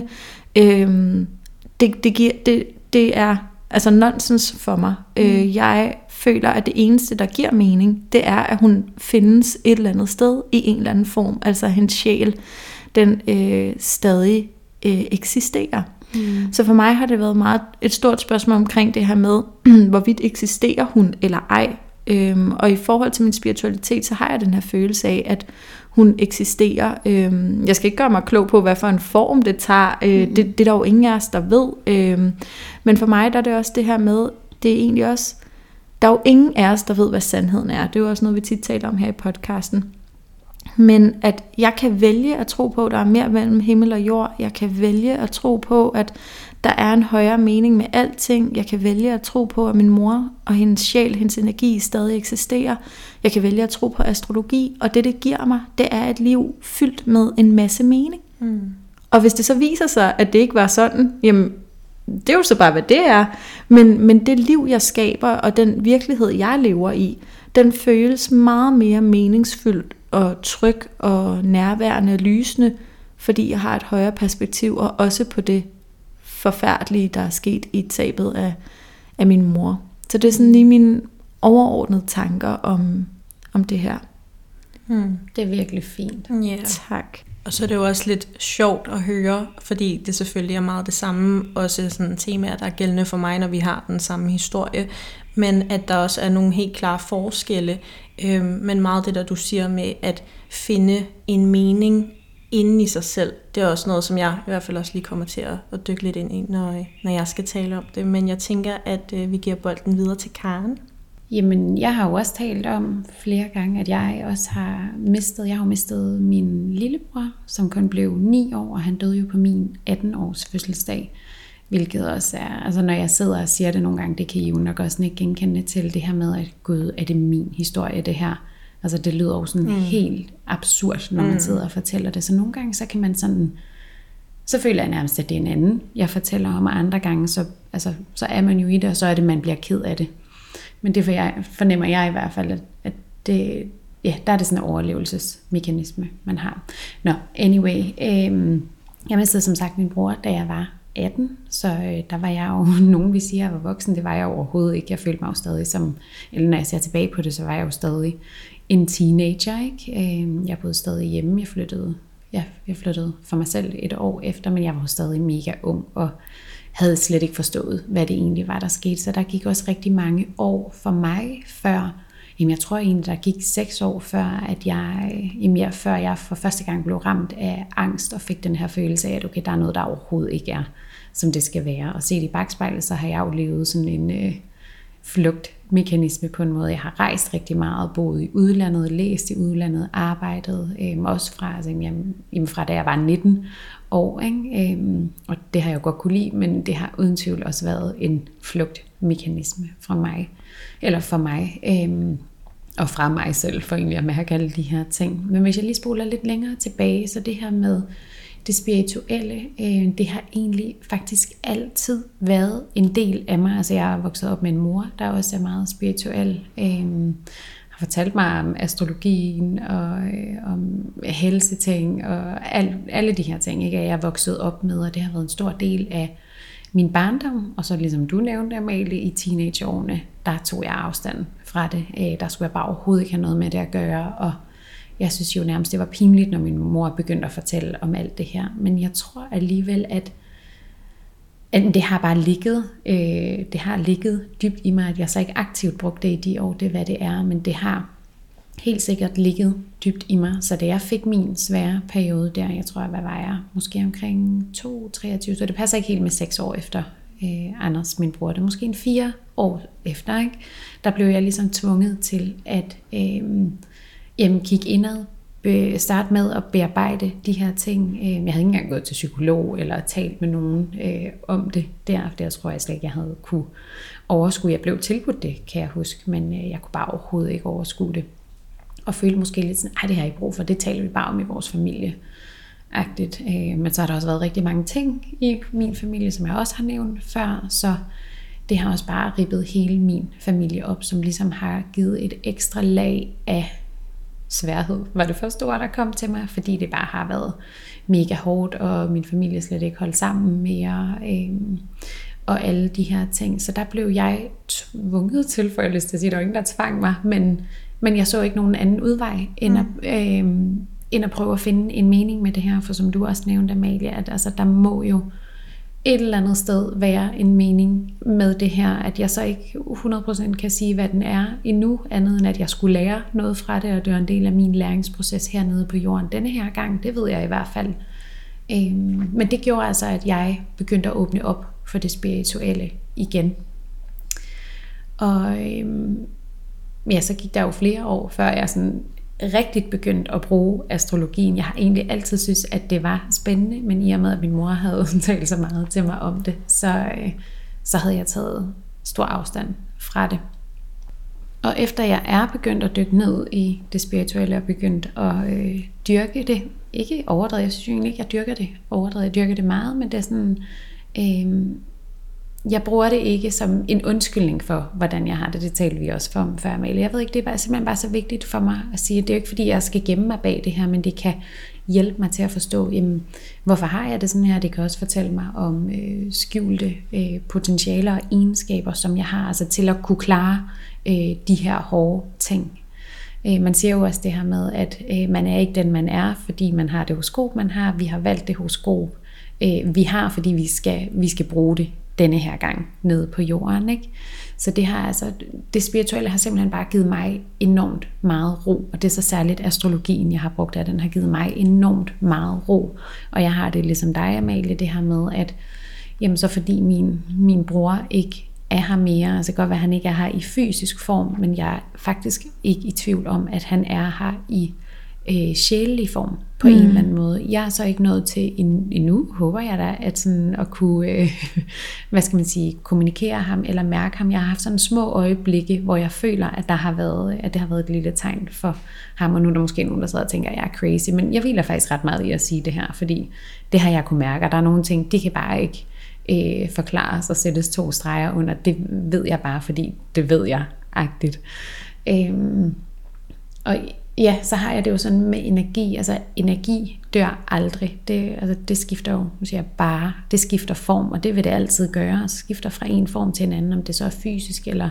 Det er altså nonsens for mig. Jeg føler, at det eneste, der giver mening, det er, at hun findes et eller andet sted i en eller anden form. Altså hendes sjæl, den stadig eksisterer. Så for mig har det været meget et stort spørgsmål omkring det her med, hvorvidt eksisterer hun eller ej. Og i forhold til min spiritualitet, så har jeg den her følelse af, at hun eksisterer. Jeg skal ikke gøre mig klog på, hvad for en form det tager. Det er der jo ingen af os, der ved. Men for mig der er det også det her med, det er egentlig også, der er jo ingen af os, der ved, hvad sandheden er. Det er jo også noget, vi tit taler om her i podcasten. Men at jeg kan vælge at tro på, at der er mere mellem himmel og jord. Jeg kan vælge at tro på, at der er en højere mening med alting. Jeg kan vælge at tro på, at min mor og hendes sjæl, hendes energi stadig eksisterer. Jeg kan vælge at tro på astrologi. Og det giver mig, det er et liv fyldt med en masse mening. Og hvis det så viser sig, at det ikke var sådan, jamen det er jo så bare, hvad det er. Men det liv, jeg skaber, og den virkelighed, jeg lever i, den føles meget mere meningsfyldt og tryg og nærværende og lysende, fordi jeg har et højere perspektiv, og også på det forfærdelige, der er sket i tabet af min mor. Så det er sådan lige mine overordnede tanker om det her. Det er virkelig fint. Yeah. Tak. Og så er det jo også lidt sjovt at høre, fordi det selvfølgelig er meget det samme, også sådan temaer, der er gældende for mig, når vi har den samme historie, men at der også er nogle helt klare forskelle, men meget det der du siger med at finde en mening inde i sig selv, det er også noget, som jeg i hvert fald også lige kommer til at dykke lidt ind i, når jeg skal tale om det, men jeg tænker, at vi giver bolden videre til Karen. Jamen, jeg har jo også talt om flere gange, at jeg også har mistet min lillebror, som kun blev 9 år, og han døde jo på min 18-års fødselsdag. Hvilket også er, altså når jeg sidder og siger det nogle gange, det kan I jo nok også ikke genkende til det her med, at gud, er det min historie, det her? Altså det lyder jo sådan helt absurd, når man sidder og fortæller det. Så nogle gange, så kan man sådan, så føler jeg nærmest, at det er en anden, jeg fortæller om, og andre gange, så er man jo i det, og så er det, man bliver ked af det. Men det fornemmer jeg i hvert fald, at det, ja, der er det sådan en overlevelsesmekanisme, man har. Nå, anyway, jeg mistede som sagt min bror, da jeg var 18, så der var jeg jo, nogen vil sige, at jeg var voksen, det var jeg overhovedet ikke. Jeg følte mig jo stadig som, eller når jeg ser tilbage på det, så var jeg jo stadig en teenager, ikke? Jeg boede stadig hjemme, jeg flyttede for mig selv et år efter, men jeg var jo stadig mega ung, og havde slet ikke forstået, hvad det egentlig var, der skete. Så der gik også rigtig mange år for mig, før, jeg tror egentlig, der gik 6 år før, før jeg for første gang blev ramt af angst, og fik den her følelse af, at okay, der er noget, der overhovedet ikke er, som det skal være. Og set i bagspejlet, så har jeg jo levet sådan en flugtmekanisme på en måde. Jeg har rejst rigtig meget, boet i udlandet, læst i udlandet, arbejdet, også fra da jeg var 19 år, ikke? Og det har jeg jo godt kunne lide, men det har uden tvivl også været en flugtmekanisme for mig, og fra mig selv, for egentlig at mærke alle de her ting. Men hvis jeg lige spoler lidt længere tilbage, så det her med det spirituelle, det har egentlig faktisk altid været en del af mig. Altså jeg er vokset op med en mor, der også er meget spirituel, har fortalt mig om astrologien og om helseting og alle de her ting, ikke? Jeg er vokset op med, og det har været en stor del af min barndom. Og så ligesom du nævnte, Amalie, i teenageårene, der tog jeg afstand fra det. Der skulle jeg bare overhovedet ikke have noget med det at gøre, og jeg synes jo nærmest, det var pinligt, når min mor begyndte at fortælle om alt det her. Men jeg tror alligevel, det har bare ligget, det har ligget dybt i mig, at jeg så ikke aktivt brugte det i de år, det er hvad det er, men det har helt sikkert ligget dybt i mig. Så da jeg fik min svære periode der, jeg tror, hvad var jeg, måske omkring 23, så det passer ikke helt med 6 år efter Anders, min bror, det er måske 4 år efter, ikke? Der blev jeg ligesom tvunget til at kigge indad, starte med at bearbejde de her ting. Jeg havde ikke engang gået til psykolog eller talt med nogen om det der tror jeg slet ikke, jeg havde kunne overskue. Jeg blev tilbudt det, kan jeg huske, men jeg kunne bare overhovedet ikke overskue det. Og følte måske lidt sådan, det har jeg ikke brug for, det taler vi bare om i vores familie. Men så har der også været rigtig mange ting i min familie, som jeg også har nævnt før, så det har også bare ribbet hele min familie op, som ligesom har givet et ekstra lag af sværhed, var det første ord, der kom til mig, fordi det bare har været mega hårdt, og min familie slet ikke holdt sammen mere, og alle de her ting. Så der blev jeg tvunget til, for jeg har lyst til at sige, der var ingen, der tvang mig, men jeg så ikke nogen anden udvej, end at prøve at finde en mening med det her, for som du også nævnte, Amalie, at altså, der må jo et eller andet sted være en mening med det her, at jeg så ikke 100% kan sige, hvad den er endnu, andet end at jeg skulle lære noget fra det, og det var en del af min læringsproces hernede på jorden denne her gang, det ved jeg i hvert fald. Men det gjorde altså, at jeg begyndte at åbne op for det spirituelle igen. Og så gik der jo flere år, før jeg sådan rigtig begyndt at bruge astrologien. Jeg har egentlig altid synes, at det var spændende, men i og med, at min mor havde talt så meget til mig om det, så havde jeg taget stor afstand fra det. Og efter jeg er begyndt at dykke ned i det spirituelle og begyndt at dyrke det, ikke overdrevet, jeg synes egentlig ikke, jeg dyrker det overdrevet, jeg dyrker det meget, men det er sådan, jeg bruger det ikke som en undskyldning for, hvordan jeg har det. Det talte vi også for om før, Amalie. Jeg ved ikke, det er simpelthen bare så vigtigt for mig at sige, at det er ikke fordi, jeg skal gemme mig bag det her, men det kan hjælpe mig til at forstå, hvorfor har jeg det sådan her. Det kan også fortælle mig om skjulte potentialer og egenskaber, som jeg har, altså til at kunne klare de her hårde ting. Man siger jo også det her med, at man er ikke den, man er, fordi man har det horoskop, man har. Vi har valgt det horoskop, vi har, fordi vi skal bruge det denne her gang nede på jorden, ikke? Så det spirituelle har simpelthen bare givet mig enormt meget ro, og det er så særligt astrologien, jeg har brugt, at den har givet mig enormt meget ro, og jeg har det ligesom dig, Amalie, det her med, at jamen så fordi min bror ikke er her mere, altså godt være, at han ikke er her i fysisk form, men jeg er faktisk ikke i tvivl om, at han er her i sjælelig form på en eller anden måde. Jeg er så ikke nået til endnu, håber jeg da, at sådan at kunne kommunikere ham eller mærke ham. Jeg har haft sådan små øjeblikke, hvor jeg føler, at det har været et lille tegn for ham, og nu er der måske nogen, der sidder og tænker, at jeg er crazy, men jeg hviler faktisk ret meget i at sige det her, fordi det har jeg kunne mærke, og der er nogle ting, det kan bare ikke forklares og sættes 2 streger under. Det ved jeg bare, fordi det ved jeg-agtigt. Og ja, så har jeg det jo sådan med energi. Altså energi dør aldrig. Det skifter jo, nu siger jeg bare, det skifter form, og det vil det altid gøre. Altså skifter fra en form til en anden, om det så er fysisk eller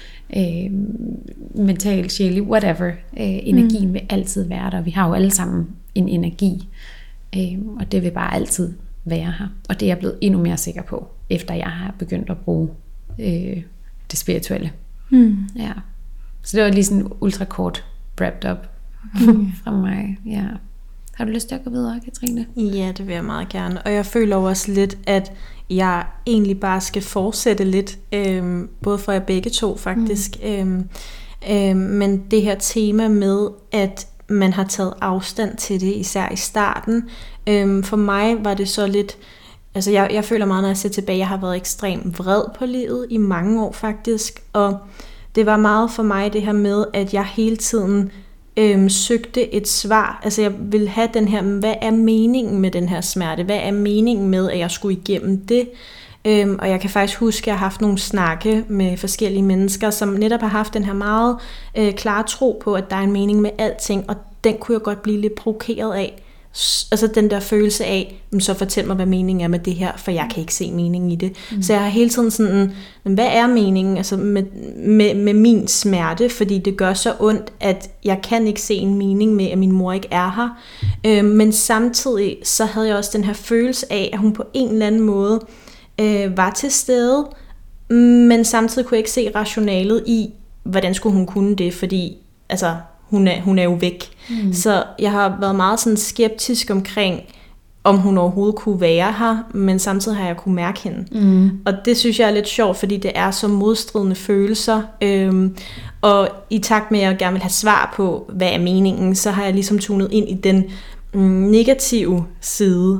mental, sjælig, whatever. Energien vil altid være der. Vi har jo alle sammen en energi, og det vil bare altid være her. Og det er jeg blevet endnu mere sikker på, efter jeg har begyndt at bruge det spirituelle. Ja. Så det var lige sådan ultra kort wrapped up fra mig. Ja. Har du lyst til at gå videre, Katrine? Ja, det vil jeg meget gerne. Og jeg føler også lidt, at jeg egentlig bare skal fortsætte lidt, både for jer begge to faktisk. Men det her tema med, at man har taget afstand til det, især i starten. For mig var det så lidt, altså jeg føler meget, når jeg ser tilbage, jeg har været ekstremt vred på livet i mange år faktisk, og det var meget for mig det her med, at jeg hele tiden søgte et svar. Altså jeg ville have den her, hvad er meningen med den her smerte? Hvad er meningen med, at jeg skulle igennem det? Og jeg kan faktisk huske, at jeg har haft nogle snakke med forskellige mennesker, som netop har haft den her meget klare tro på, at der er en mening med alting, og den kunne jeg godt blive lidt provokeret af. Altså den der følelse af, så fortæl mig, hvad meningen er med det her, for jeg kan ikke se meningen i det. Så jeg har hele tiden sådan, hvad er meningen altså med min smerte, fordi det gør så ondt, at jeg kan ikke se en mening med, at min mor ikke er her. Men samtidig så havde jeg også den her følelse af, at hun på en eller anden måde var til stede, men samtidig kunne jeg ikke se rationalet i, hvordan skulle hun kunne det, fordi altså, hun er jo væk. Så jeg har været meget sådan skeptisk omkring, om hun overhovedet kunne være her, men samtidig har jeg kunne mærke hende. Og det synes jeg er lidt sjovt, fordi det er så modstridende følelser. Og i takt med, at jeg gerne vil have svar på, hvad er meningen, så har jeg ligesom tunet ind i den negative side.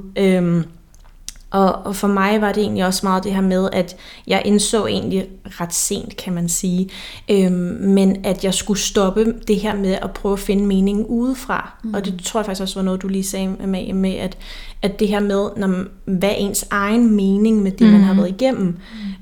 Og for mig var det egentlig også meget det her med, at jeg indså egentlig ret sent, kan man sige, men at jeg skulle stoppe det her med at prøve at finde meningen udefra. Og det tror jeg faktisk også var noget, du lige sagde med at det her med, hvad er ens egen mening med det, man har været igennem.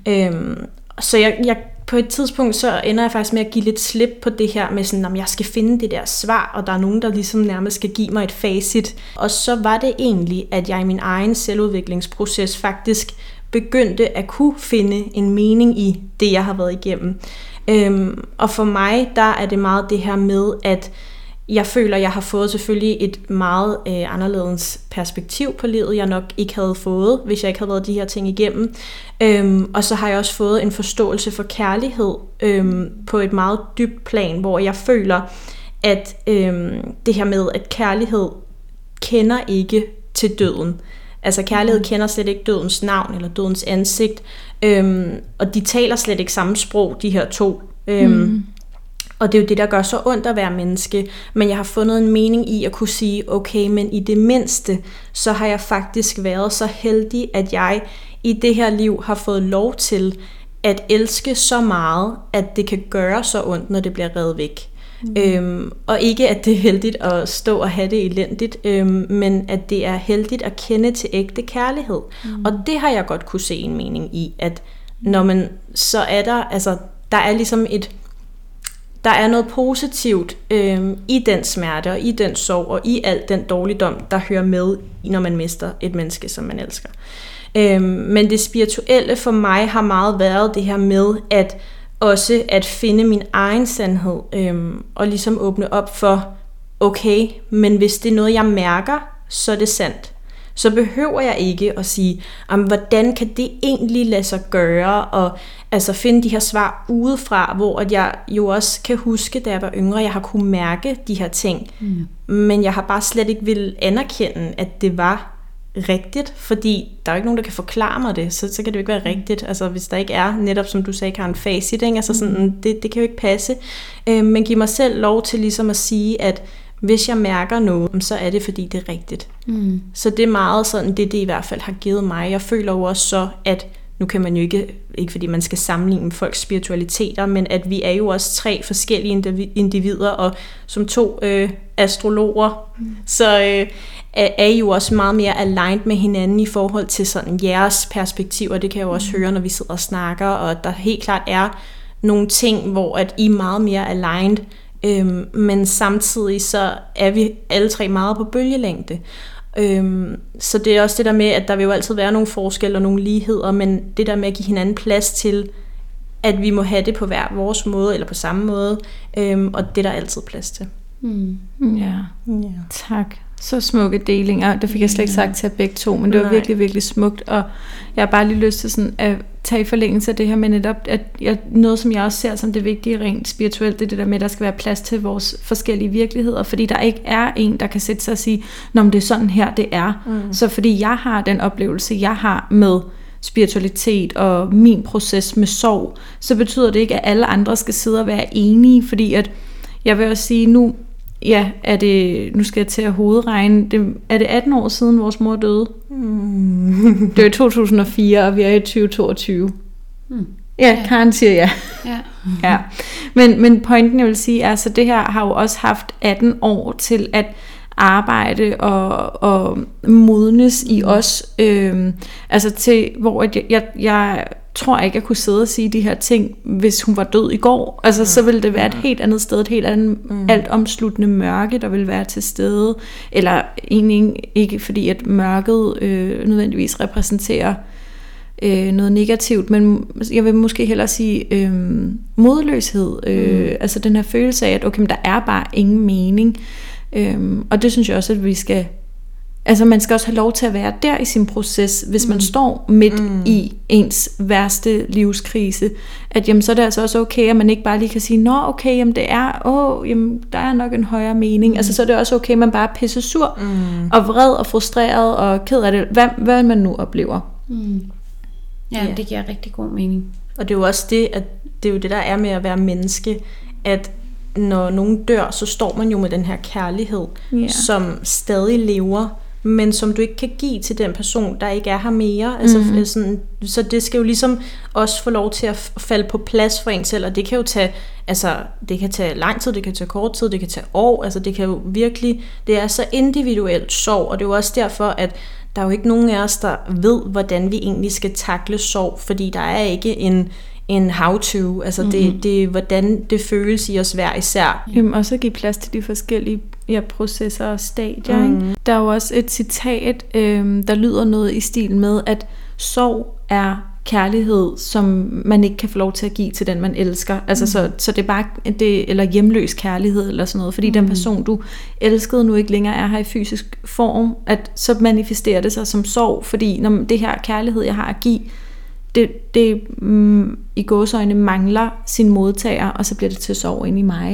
Så jeg på et tidspunkt, så ender jeg faktisk med at give lidt slip på det her med sådan, at jeg skal finde det der svar, og der er nogen, der ligesom nærmest skal give mig et facit. Og så var det egentlig, at jeg i min egen selvudviklingsproces faktisk begyndte at kunne finde en mening i det, jeg har været igennem. Og for mig, der er det meget det her med, at jeg føler, at jeg har fået selvfølgelig et meget anderledes perspektiv på livet, jeg nok ikke havde fået, hvis jeg ikke havde været de her ting igennem. Og så har jeg også fået en forståelse for kærlighed på et meget dybt plan, hvor jeg føler, at det her med, at kærlighed kender ikke til døden. Altså kærlighed kender slet ikke dødens navn eller dødens ansigt, og de taler slet ikke samme sprog, de her to. Og det er jo det, der gør så ondt at være menneske. Men jeg har fundet en mening i at kunne sige, okay, men i det mindste, så har jeg faktisk været så heldig, at jeg i det her liv har fået lov til at elske så meget, at det kan gøre så ondt, når det bliver revet væk. Og ikke, at det er heldigt at stå og have det elendigt, men at det er heldigt at kende til ægte kærlighed. Og det har jeg godt kunne se en mening i, at når man, så er der, altså, der er ligesom der er noget positivt i den smerte, og i den sorg, og i al den dårligdom, der hører med, når man mister et menneske, som man elsker. Men det spirituelle for mig har meget været det her med, at finde min egen sandhed, og ligesom åbne op for, okay, men hvis det er noget, jeg mærker, så er det sandt. Så behøver jeg ikke at sige, hvordan kan det egentlig lade sig gøre, og altså finde de her svar udefra, hvor at jeg jo også kan huske, da jeg var yngre, jeg har kunne mærke de her ting, men jeg har bare slet ikke ville anerkende, at det var rigtigt, fordi der er jo ikke nogen, der kan forklare mig det, så kan det jo ikke være rigtigt, altså hvis der ikke er, netop som du sagde, Karen, facit, ikke? Altså sådan, det kan jo ikke passe, men giv mig selv lov til ligesom at sige, at hvis jeg mærker noget, så er det, fordi det er rigtigt. Så det er meget sådan, det i hvert fald har givet mig. Jeg føler jo også så, at nu kan man jo ikke fordi man skal sammenligne folks spiritualiteter, men at vi er jo også 3 forskellige individer, og som 2 astrologer, så er I jo også meget mere aligned med hinanden i forhold til sådan jeres perspektiver. Det kan jeg jo også høre, når vi sidder og snakker, og der helt klart er nogle ting, hvor at I er meget mere aligned, men samtidig så er vi alle 3 meget på bølgelængde. Så det er også det der med, at der vil jo altid være nogle forskelle og nogle ligheder, men det der med at give hinanden plads til, at vi må have det på hver vores måde, eller på samme måde, og det er der altid plads til. Ja. Tak. Så smukke delinger. Det fik jeg slet ikke sagt til begge to, men det var virkelig, virkelig smukt, og jeg har bare lige lyst til sådan at tage i forlængelse af det her, men netop, at noget, som jeg også ser som det vigtige rent spirituelt, det er det der med, at der skal være plads til vores forskellige virkeligheder, fordi der ikke er en, der kan sætte sig og sige, nå, men det er sådan her, det er. Så fordi jeg har den oplevelse, jeg har med spiritualitet og min proces med sorg, så betyder det ikke, at alle andre skal sidde og være enige, fordi at jeg vil også sige, nu skal jeg til at hovedregne, er det 18 år siden vores mor døde? Det var i 2004, og vi er i 2022. Ja, Karen siger ja. Men pointen, jeg vil sige, er, så det her har jo også haft 18 år til at arbejde og modnes i os, altså til, hvor jeg tror ikke, jeg kunne sidde og sige de her ting, hvis hun var død i går. Altså, så ville det være et helt andet sted, et helt andet alt omsluttende mørke, der ville være til stede. Eller egentlig ikke, fordi at mørket nødvendigvis repræsenterer noget negativt, men jeg vil måske hellere sige modløshed. Altså den her følelse af, at okay, men der er bare ingen mening. Og det synes jeg også, at vi skal altså man skal også have lov til at være der i sin proces, hvis man står midt i ens værste livskrise, at jamen, så er det altså også okay, at man ikke bare lige kan sige, nå okay, jamen det er, jamen, der er nok en højere mening, altså så er det også okay, at man bare er pisse sur, og vred og frustreret og ked af det, hvad man nu oplever. Ja, det giver rigtig god mening. Og det er jo også det, at det er jo det, der er med at være menneske, at når nogen dør, så står man jo med den her kærlighed, som stadig lever, men som du ikke kan give til den person, der ikke er her mere. Altså, sådan, så det skal jo ligesom også få lov til at falde på plads for en selv, og det kan jo tage, altså, det kan tage lang tid, det kan tage kort tid, det kan tage år, altså det kan jo virkelig, det er så individuelt sorg, og det er jo også derfor, at der er jo ikke nogen af os, der ved, hvordan vi egentlig skal takle sorg, fordi der er ikke en how-to, altså det er, hvordan det føles i os hver især. Jamen også at give plads til de forskellige processer og stadier. Ikke? Der er jo også et citat, der lyder noget i stil med, at sorg er kærlighed, som man ikke kan få lov til at give til den, man elsker. Altså så det er bare eller hjemløs kærlighed eller sådan noget, fordi den person, du elskede, nu ikke længere er her i fysisk form, at så manifesterer det sig som sorg, fordi når det her kærlighed, jeg har at give, det i gåseøjne mangler sin modtager, og så bliver det til sorg ind i mig.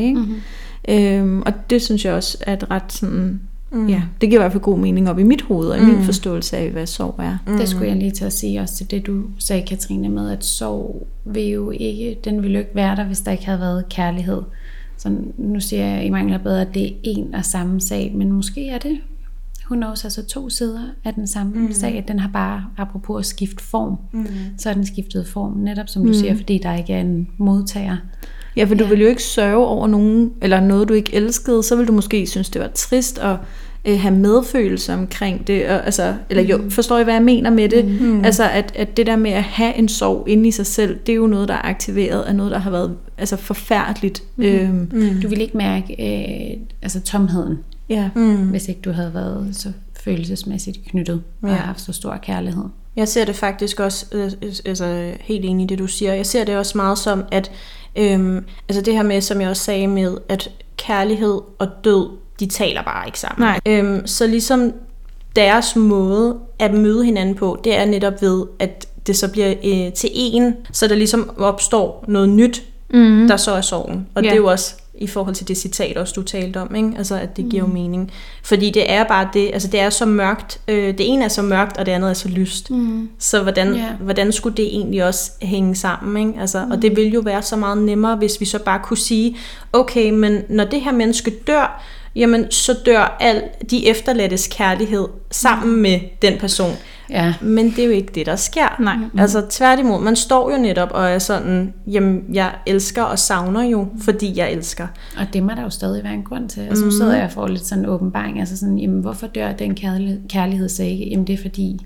Ikke? Og det synes jeg også er et ret sådan, ja, det giver i hvert fald god mening op i mit hoved, og i min forståelse af, hvad sorg er. Det skulle jeg lige til at sige også til det, du sagde, Katrine, med at sorg vil jo ikke, den ville jo ikke være der, hvis der ikke havde været kærlighed. Så nu siger jeg i mangler bedre, at det er en og samme sag, men måske er det, hun knows, altså 2 sider af den samme sag. Den har bare, apropos at skifte form, så er den skiftet form, netop som du siger, fordi der ikke er en modtager. Ja, for du vil jo ikke sørge over nogen, eller noget du ikke elskede, så vil du måske synes, det var trist at have medfølelse omkring det, og, altså, eller jo, forstår I, hvad jeg mener med det? Altså, at det der med at have en sorg inde i sig selv, det er jo noget, der er aktiveret af noget, der har været altså, forfærdeligt. Du vil ikke mærke altså tomheden, hvis ikke du havde været så følelsesmæssigt knyttet og haft så stor kærlighed. Jeg ser det faktisk også, altså helt enig i det, du siger. Jeg ser det også meget som, at altså det her med, som jeg også sagde med, at kærlighed og død, de taler bare ikke sammen. Så ligesom deres måde at møde hinanden på, det er netop ved, at det så bliver til en, så der ligesom opstår noget nyt, der så er sorgen. Og det er jo også i forhold til det citat også, du talte om, ikke? Altså, at det giver jo mening. Fordi det er bare det, altså det er så mørkt, det ene er så mørkt, og det andet er så lyst. Så hvordan skulle det egentlig også hænge sammen, ikke? Altså, og det ville jo være så meget nemmere, hvis vi så bare kunne sige, okay, men når det her menneske dør, jamen så dør al de efterladtes kærlighed sammen med den person. Ja. Men det er jo ikke det, der sker. Nej. Altså tværtimod, man står jo netop og er sådan, jamen jeg elsker og savner jo, fordi jeg elsker. Og det må der jo stadig være en grund til. Altså nu sidder jeg og får lidt sådan en åbenbaring, altså sådan, jamen hvorfor dør den kærlighed så ikke? Jamen det er fordi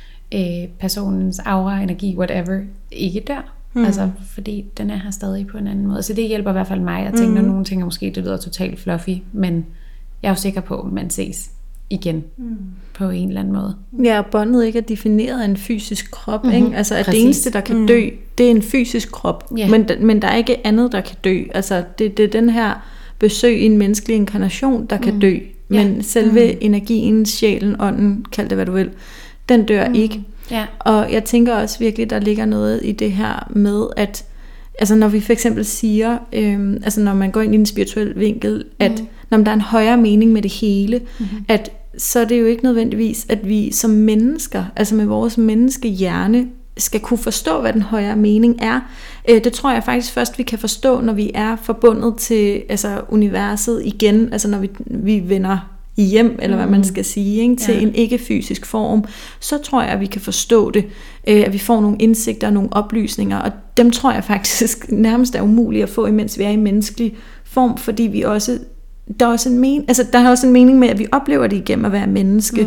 personens aura, energi, whatever, ikke dør. Altså fordi den er her stadig på en anden måde. Så det hjælper i hvert fald mig. Jeg tænker, når nogen tænker måske, det lyder totalt fluffy, men jeg er jo sikker på, at man ses igen på en eller anden måde. Ja, og båndet ikke er defineret af en fysisk krop, ikke? Altså at det eneste, der kan dø, det er en fysisk krop, men der er ikke andet, der kan dø. Altså det er den her besøg i en menneskelig inkarnation, der kan dø, men selve energien, sjælen, ånden, kald det hvad du vil, den dør ikke. Ja. Og jeg tænker også virkelig, der ligger noget i det her med, at altså når vi for eksempel siger, altså når man går ind i en spirituel vinkel, at når der er en højere mening med det hele, at så er det jo ikke nødvendigvis, at vi som mennesker, altså med vores menneskehjerne, skal kunne forstå, hvad den højere mening er. Det tror jeg faktisk først, vi kan forstå, når vi er forbundet til altså universet igen, altså når vi vender hjem, eller hvad man skal sige, ikke? Til en ikke-fysisk form, så tror jeg, at vi kan forstå det, at vi får nogle indsigter og nogle oplysninger, og dem tror jeg faktisk nærmest er umuligt at få, imens vi er i menneskelig form, fordi vi også, der er også en mening med, at vi oplever det igennem at være menneske.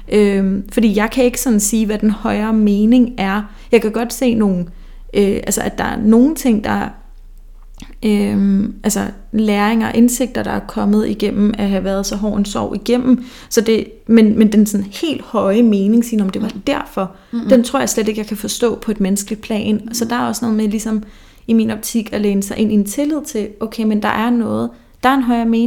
Fordi jeg kan ikke sådan sige, hvad den højere mening er. Jeg kan godt se nogle, altså at der er nogle ting, der altså læringer og indsigter, der er kommet igennem at have været så hård en sorg igennem, så det, men den sådan helt høje mening, sige om det var derfor, den tror jeg slet ikke, jeg kan forstå på et menneskeligt plan. Så der er også noget med ligesom i min optik at læne sig ind i en tillid til, okay, men der er noget, der er en højere mening,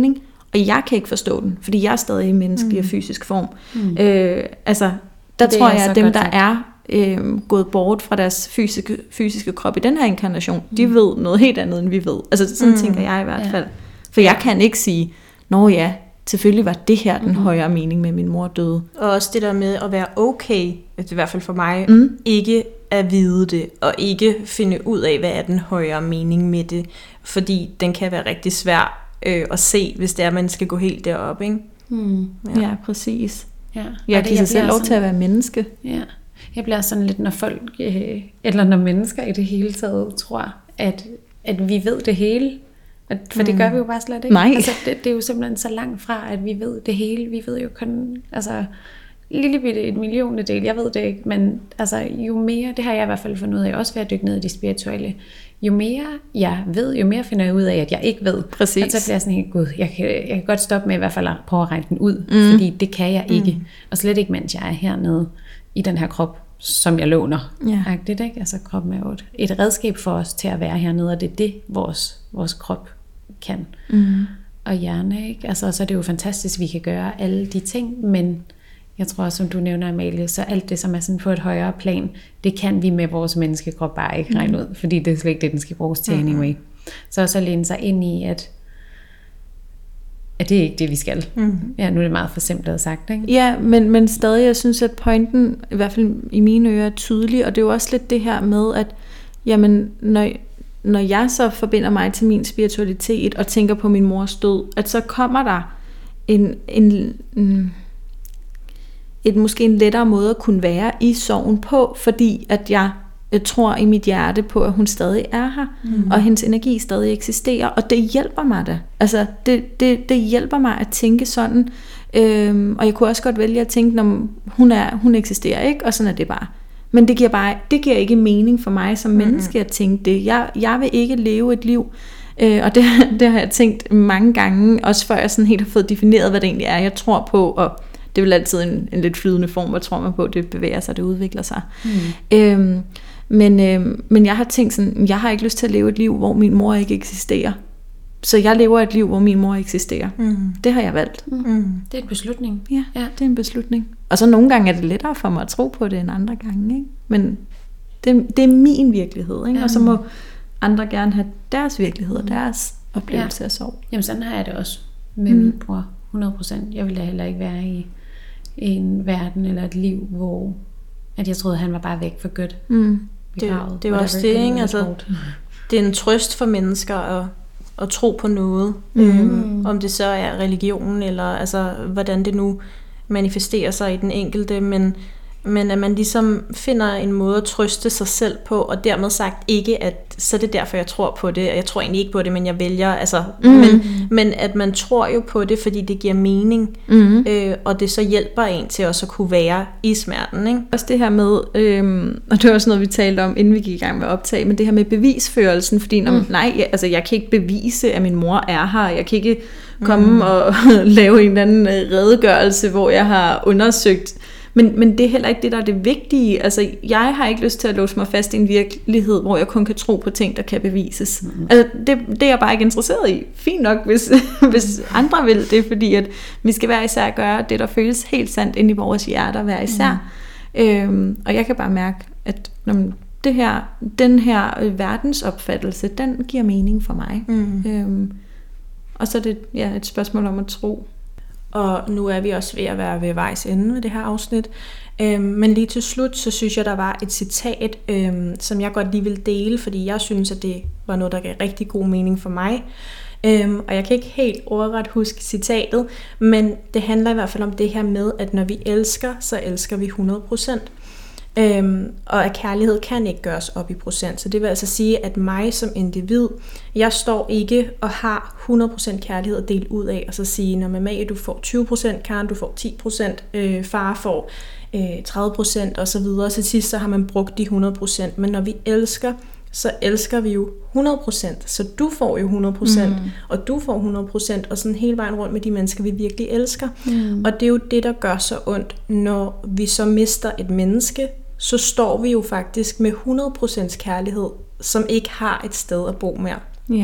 Og jeg kan ikke forstå den, fordi jeg er stadig i menneskelig og fysisk form. Der Det tror er jeg, så at dem, godt der sagt. er gået bort fra deres fysiske krop i den her inkarnation, de ved noget helt andet, end vi ved. Altså sådan tænker jeg i hvert fald. For jeg kan ikke sige, nå ja, selvfølgelig var det her den højere mening med min mor døde. Og også det der med at være okay, i hvert fald for mig, ikke at vide det, og ikke finde ud af, hvad er den højere mening med det. Fordi den kan være rigtig svær at se, hvis det er, at man skal gå helt derop, ikke? Ja, præcis. Ja. Jeg Og giver sig selv bliver lov til at være menneske. Ja, jeg bliver sådan lidt, når folk, eller når mennesker i det hele taget tror, at vi ved det hele. For det gør vi jo bare slet ikke. Nej. Altså, det er jo simpelthen så langt fra, at vi ved det hele. Vi ved jo kun, altså, lille bitte et millionedel, jeg ved det ikke, men altså, jo mere, det har jeg i hvert fald fundet ud af, også ved at dykke ned i det spirituelle, jo mere jeg ved, jo mere finder jeg ud af, at jeg ikke ved. Præcis. Og så bliver jeg sådan helt, gud, jeg kan godt stoppe med i hvert fald at prøve at regne den ud, fordi det kan jeg ikke. Og slet ikke, mens jeg er hernede i den her krop, som jeg låner. Ja. Det ikke? Altså kroppen er jo et redskab for os til at være hernede, og det er det, vores krop kan. Og hjerne, ikke? Altså, så er det jo fantastisk, vi kan gøre alle de ting, men jeg tror, som du nævner, Amalie, så alt det, som er sådan på et højere plan, det kan vi med vores menneskekrop bare ikke regne ud, fordi det er slet ikke det, den skal bruges til anyway. Så også at læne sig ind i, at det er ikke det, vi skal. Ja, nu er det meget for simpelt sagt, ikke? Ja, men stadig, jeg synes, at pointen, i hvert fald i mine ører, er tydelig, og det er jo også lidt det her med, at jamen, når jeg så forbinder mig til min spiritualitet, og tænker på min mors død, at så kommer der måske en lettere måde at kunne være i sorgen på, fordi at jeg tror i mit hjerte på, at hun stadig er her, og hendes energi stadig eksisterer, og det hjælper mig da. Altså, det hjælper mig at tænke sådan, og jeg kunne også godt vælge at tænke, når hun eksisterer ikke, og sådan er det bare. Men det giver ikke mening for mig som menneske at tænke det. Jeg vil ikke leve et liv, og det har jeg tænkt mange gange, også før jeg sådan helt har fået defineret, hvad det egentlig er, jeg tror på, og det er vel altid en lidt flydende form, hvor tror man på, det bevæger sig, det udvikler sig. Men jeg har tænkt sådan, jeg har ikke lyst til at leve et liv, hvor min mor ikke eksisterer. Så jeg lever et liv, hvor min mor eksisterer. Det har jeg valgt. Det er en beslutning. Ja, det er en beslutning. Og så nogle gange er det lettere for mig at tro på det end andre gange. Ikke? Men det er min virkelighed. Ikke? Og så må andre gerne have deres virkelighed og deres oplevelse af sorg. Jamen sådan har jeg det også med min bror. 100%. Jeg ville da heller ikke være i en verden eller et liv, hvor at jeg troede, han var bare væk for godt. Det er jo også det, ikke? Altså, det er en trøst for mennesker at tro på noget. Om det så er religion, eller altså, hvordan det nu manifesterer sig i den enkelte, men at man ligesom finder en måde at trøste sig selv på, og dermed sagt ikke, at så er det derfor, jeg tror på det. Jeg tror egentlig ikke på det, men jeg vælger, altså, men at man tror jo på det, fordi det giver mening, og det så hjælper en til også at kunne være i smerten, ikke? Også det her med, og det var også noget, vi talte om, inden vi gik i gang med at optage, men det her med bevisførelsen, fordi jeg kan ikke bevise, at min mor er her, jeg kan ikke komme og lave en eller anden redegørelse, hvor jeg har undersøgt. Men det er heller ikke det, der er det vigtige. Altså, jeg har ikke lyst til at låse mig fast i en virkelighed, hvor jeg kun kan tro på ting, der kan bevises. Altså, det er jeg bare ikke interesseret i. Fint nok, hvis andre vil det, fordi at vi skal hver især gøre det, der føles helt sandt inde i vores hjerter hver især. Og jeg kan bare mærke, at den her verdensopfattelse, den giver mening for mig. Og så er det et spørgsmål om at tro. Og nu er vi også ved at være ved vejs ende med det her afsnit. Men lige til slut, så synes jeg, der var et citat, som jeg godt lige vil dele, fordi jeg synes, at det var noget, der gav rigtig god mening for mig. Og jeg kan ikke helt ordret huske citatet, men det handler i hvert fald om det her med, at når vi elsker, så elsker vi 100%. Og at kærlighed kan ikke gøres op i procent. Så det vil altså sige, at mig som individ, jeg står ikke og har 100% kærlighed at dele ud af, og så sige, når Amalie, du får 20%, Karen, du får 10%, far får 30%, og så videre. Så sidst så har man brugt de 100%. Men når vi elsker, så elsker vi jo 100%. Så du får jo 100%, og du får 100%, og sådan hele vejen rundt med de mennesker, vi virkelig elsker. Og det er jo det, der gør så ondt, når vi så mister et menneske, så står vi jo faktisk med 100% kærlighed, som ikke har et sted at bo mere. Ja.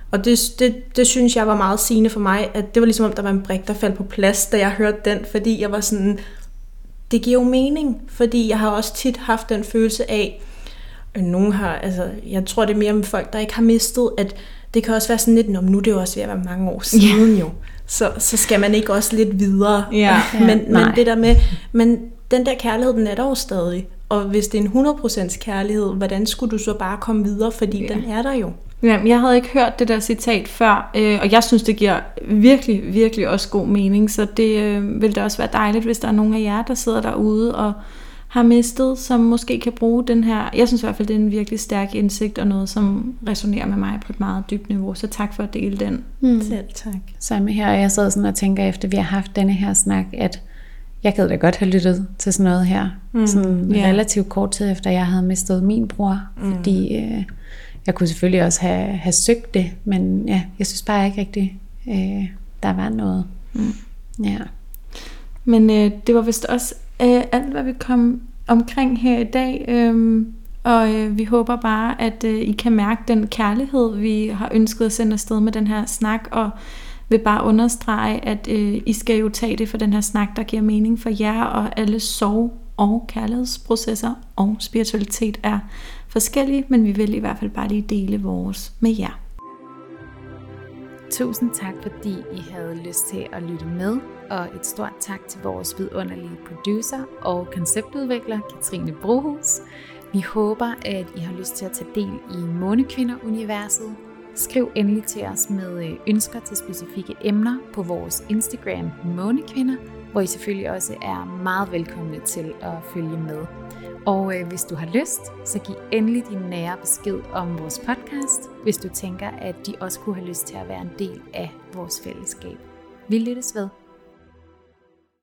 Og det synes jeg var meget sigende for mig, at det var ligesom om, der var en brik, der faldt på plads, da jeg hørte den, fordi jeg var sådan, det giver jo mening, fordi jeg har også tit haft den følelse af, nogen har, altså jeg tror det er mere med folk, der ikke har mistet, at det kan også være sådan lidt, nu er det jo også ved at være mange år siden jo, så skal man ikke også lidt videre, men det der med, men den der kærlighed, den er der jo stadig, og hvis det er en 100% kærlighed, hvordan skulle du så bare komme videre, fordi den er der jo. Ja, jeg havde ikke hørt det der citat før, og jeg synes, det giver virkelig, virkelig også god mening, så det vil da også være dejligt, hvis der er nogen af jer, der sidder derude og har mistet, som måske kan bruge den her. Jeg synes i hvert fald, det er en virkelig stærk indsigt, og noget, som resonerer med mig på et meget dybt niveau, så tak for at dele den. Selv tak. Samme her, og jeg sidder sådan og tænker, efter vi har haft denne her snak, at jeg gad da godt have lyttet til sådan noget her, sådan relativt kort tid efter, jeg havde mistet min bror, fordi jeg kunne selvfølgelig også have søgt det, men ja, jeg synes bare ikke rigtigt, der var noget. Ja. Men det var vist også alt, hvad vi kom omkring her i dag, og vi håber bare, at I kan mærke den kærlighed, vi har ønsket at sende afsted med den her snak, og vil bare understrege, at I skal jo tage det for den her snak, der giver mening for jer, og alle sorg- og kærlighedsprocesser og spiritualitet er forskellige, men vi vil i hvert fald bare lige dele vores med jer. Tusind tak, fordi I havde lyst til at lytte med, og et stort tak til vores vidunderlige producer og konceptudvikler, Katrine Brohus. Vi håber, at I har lyst til at tage del i Månekvinder-universet. Skriv endelig til os med ønsker til specifikke emner på vores Instagram Månekvinder, hvor I selvfølgelig også er meget velkomne til at følge med. Og hvis du har lyst, så giv endelig din nære besked om vores podcast, hvis du tænker, at de også kunne have lyst til at være en del af vores fællesskab. Vi lyttes ved.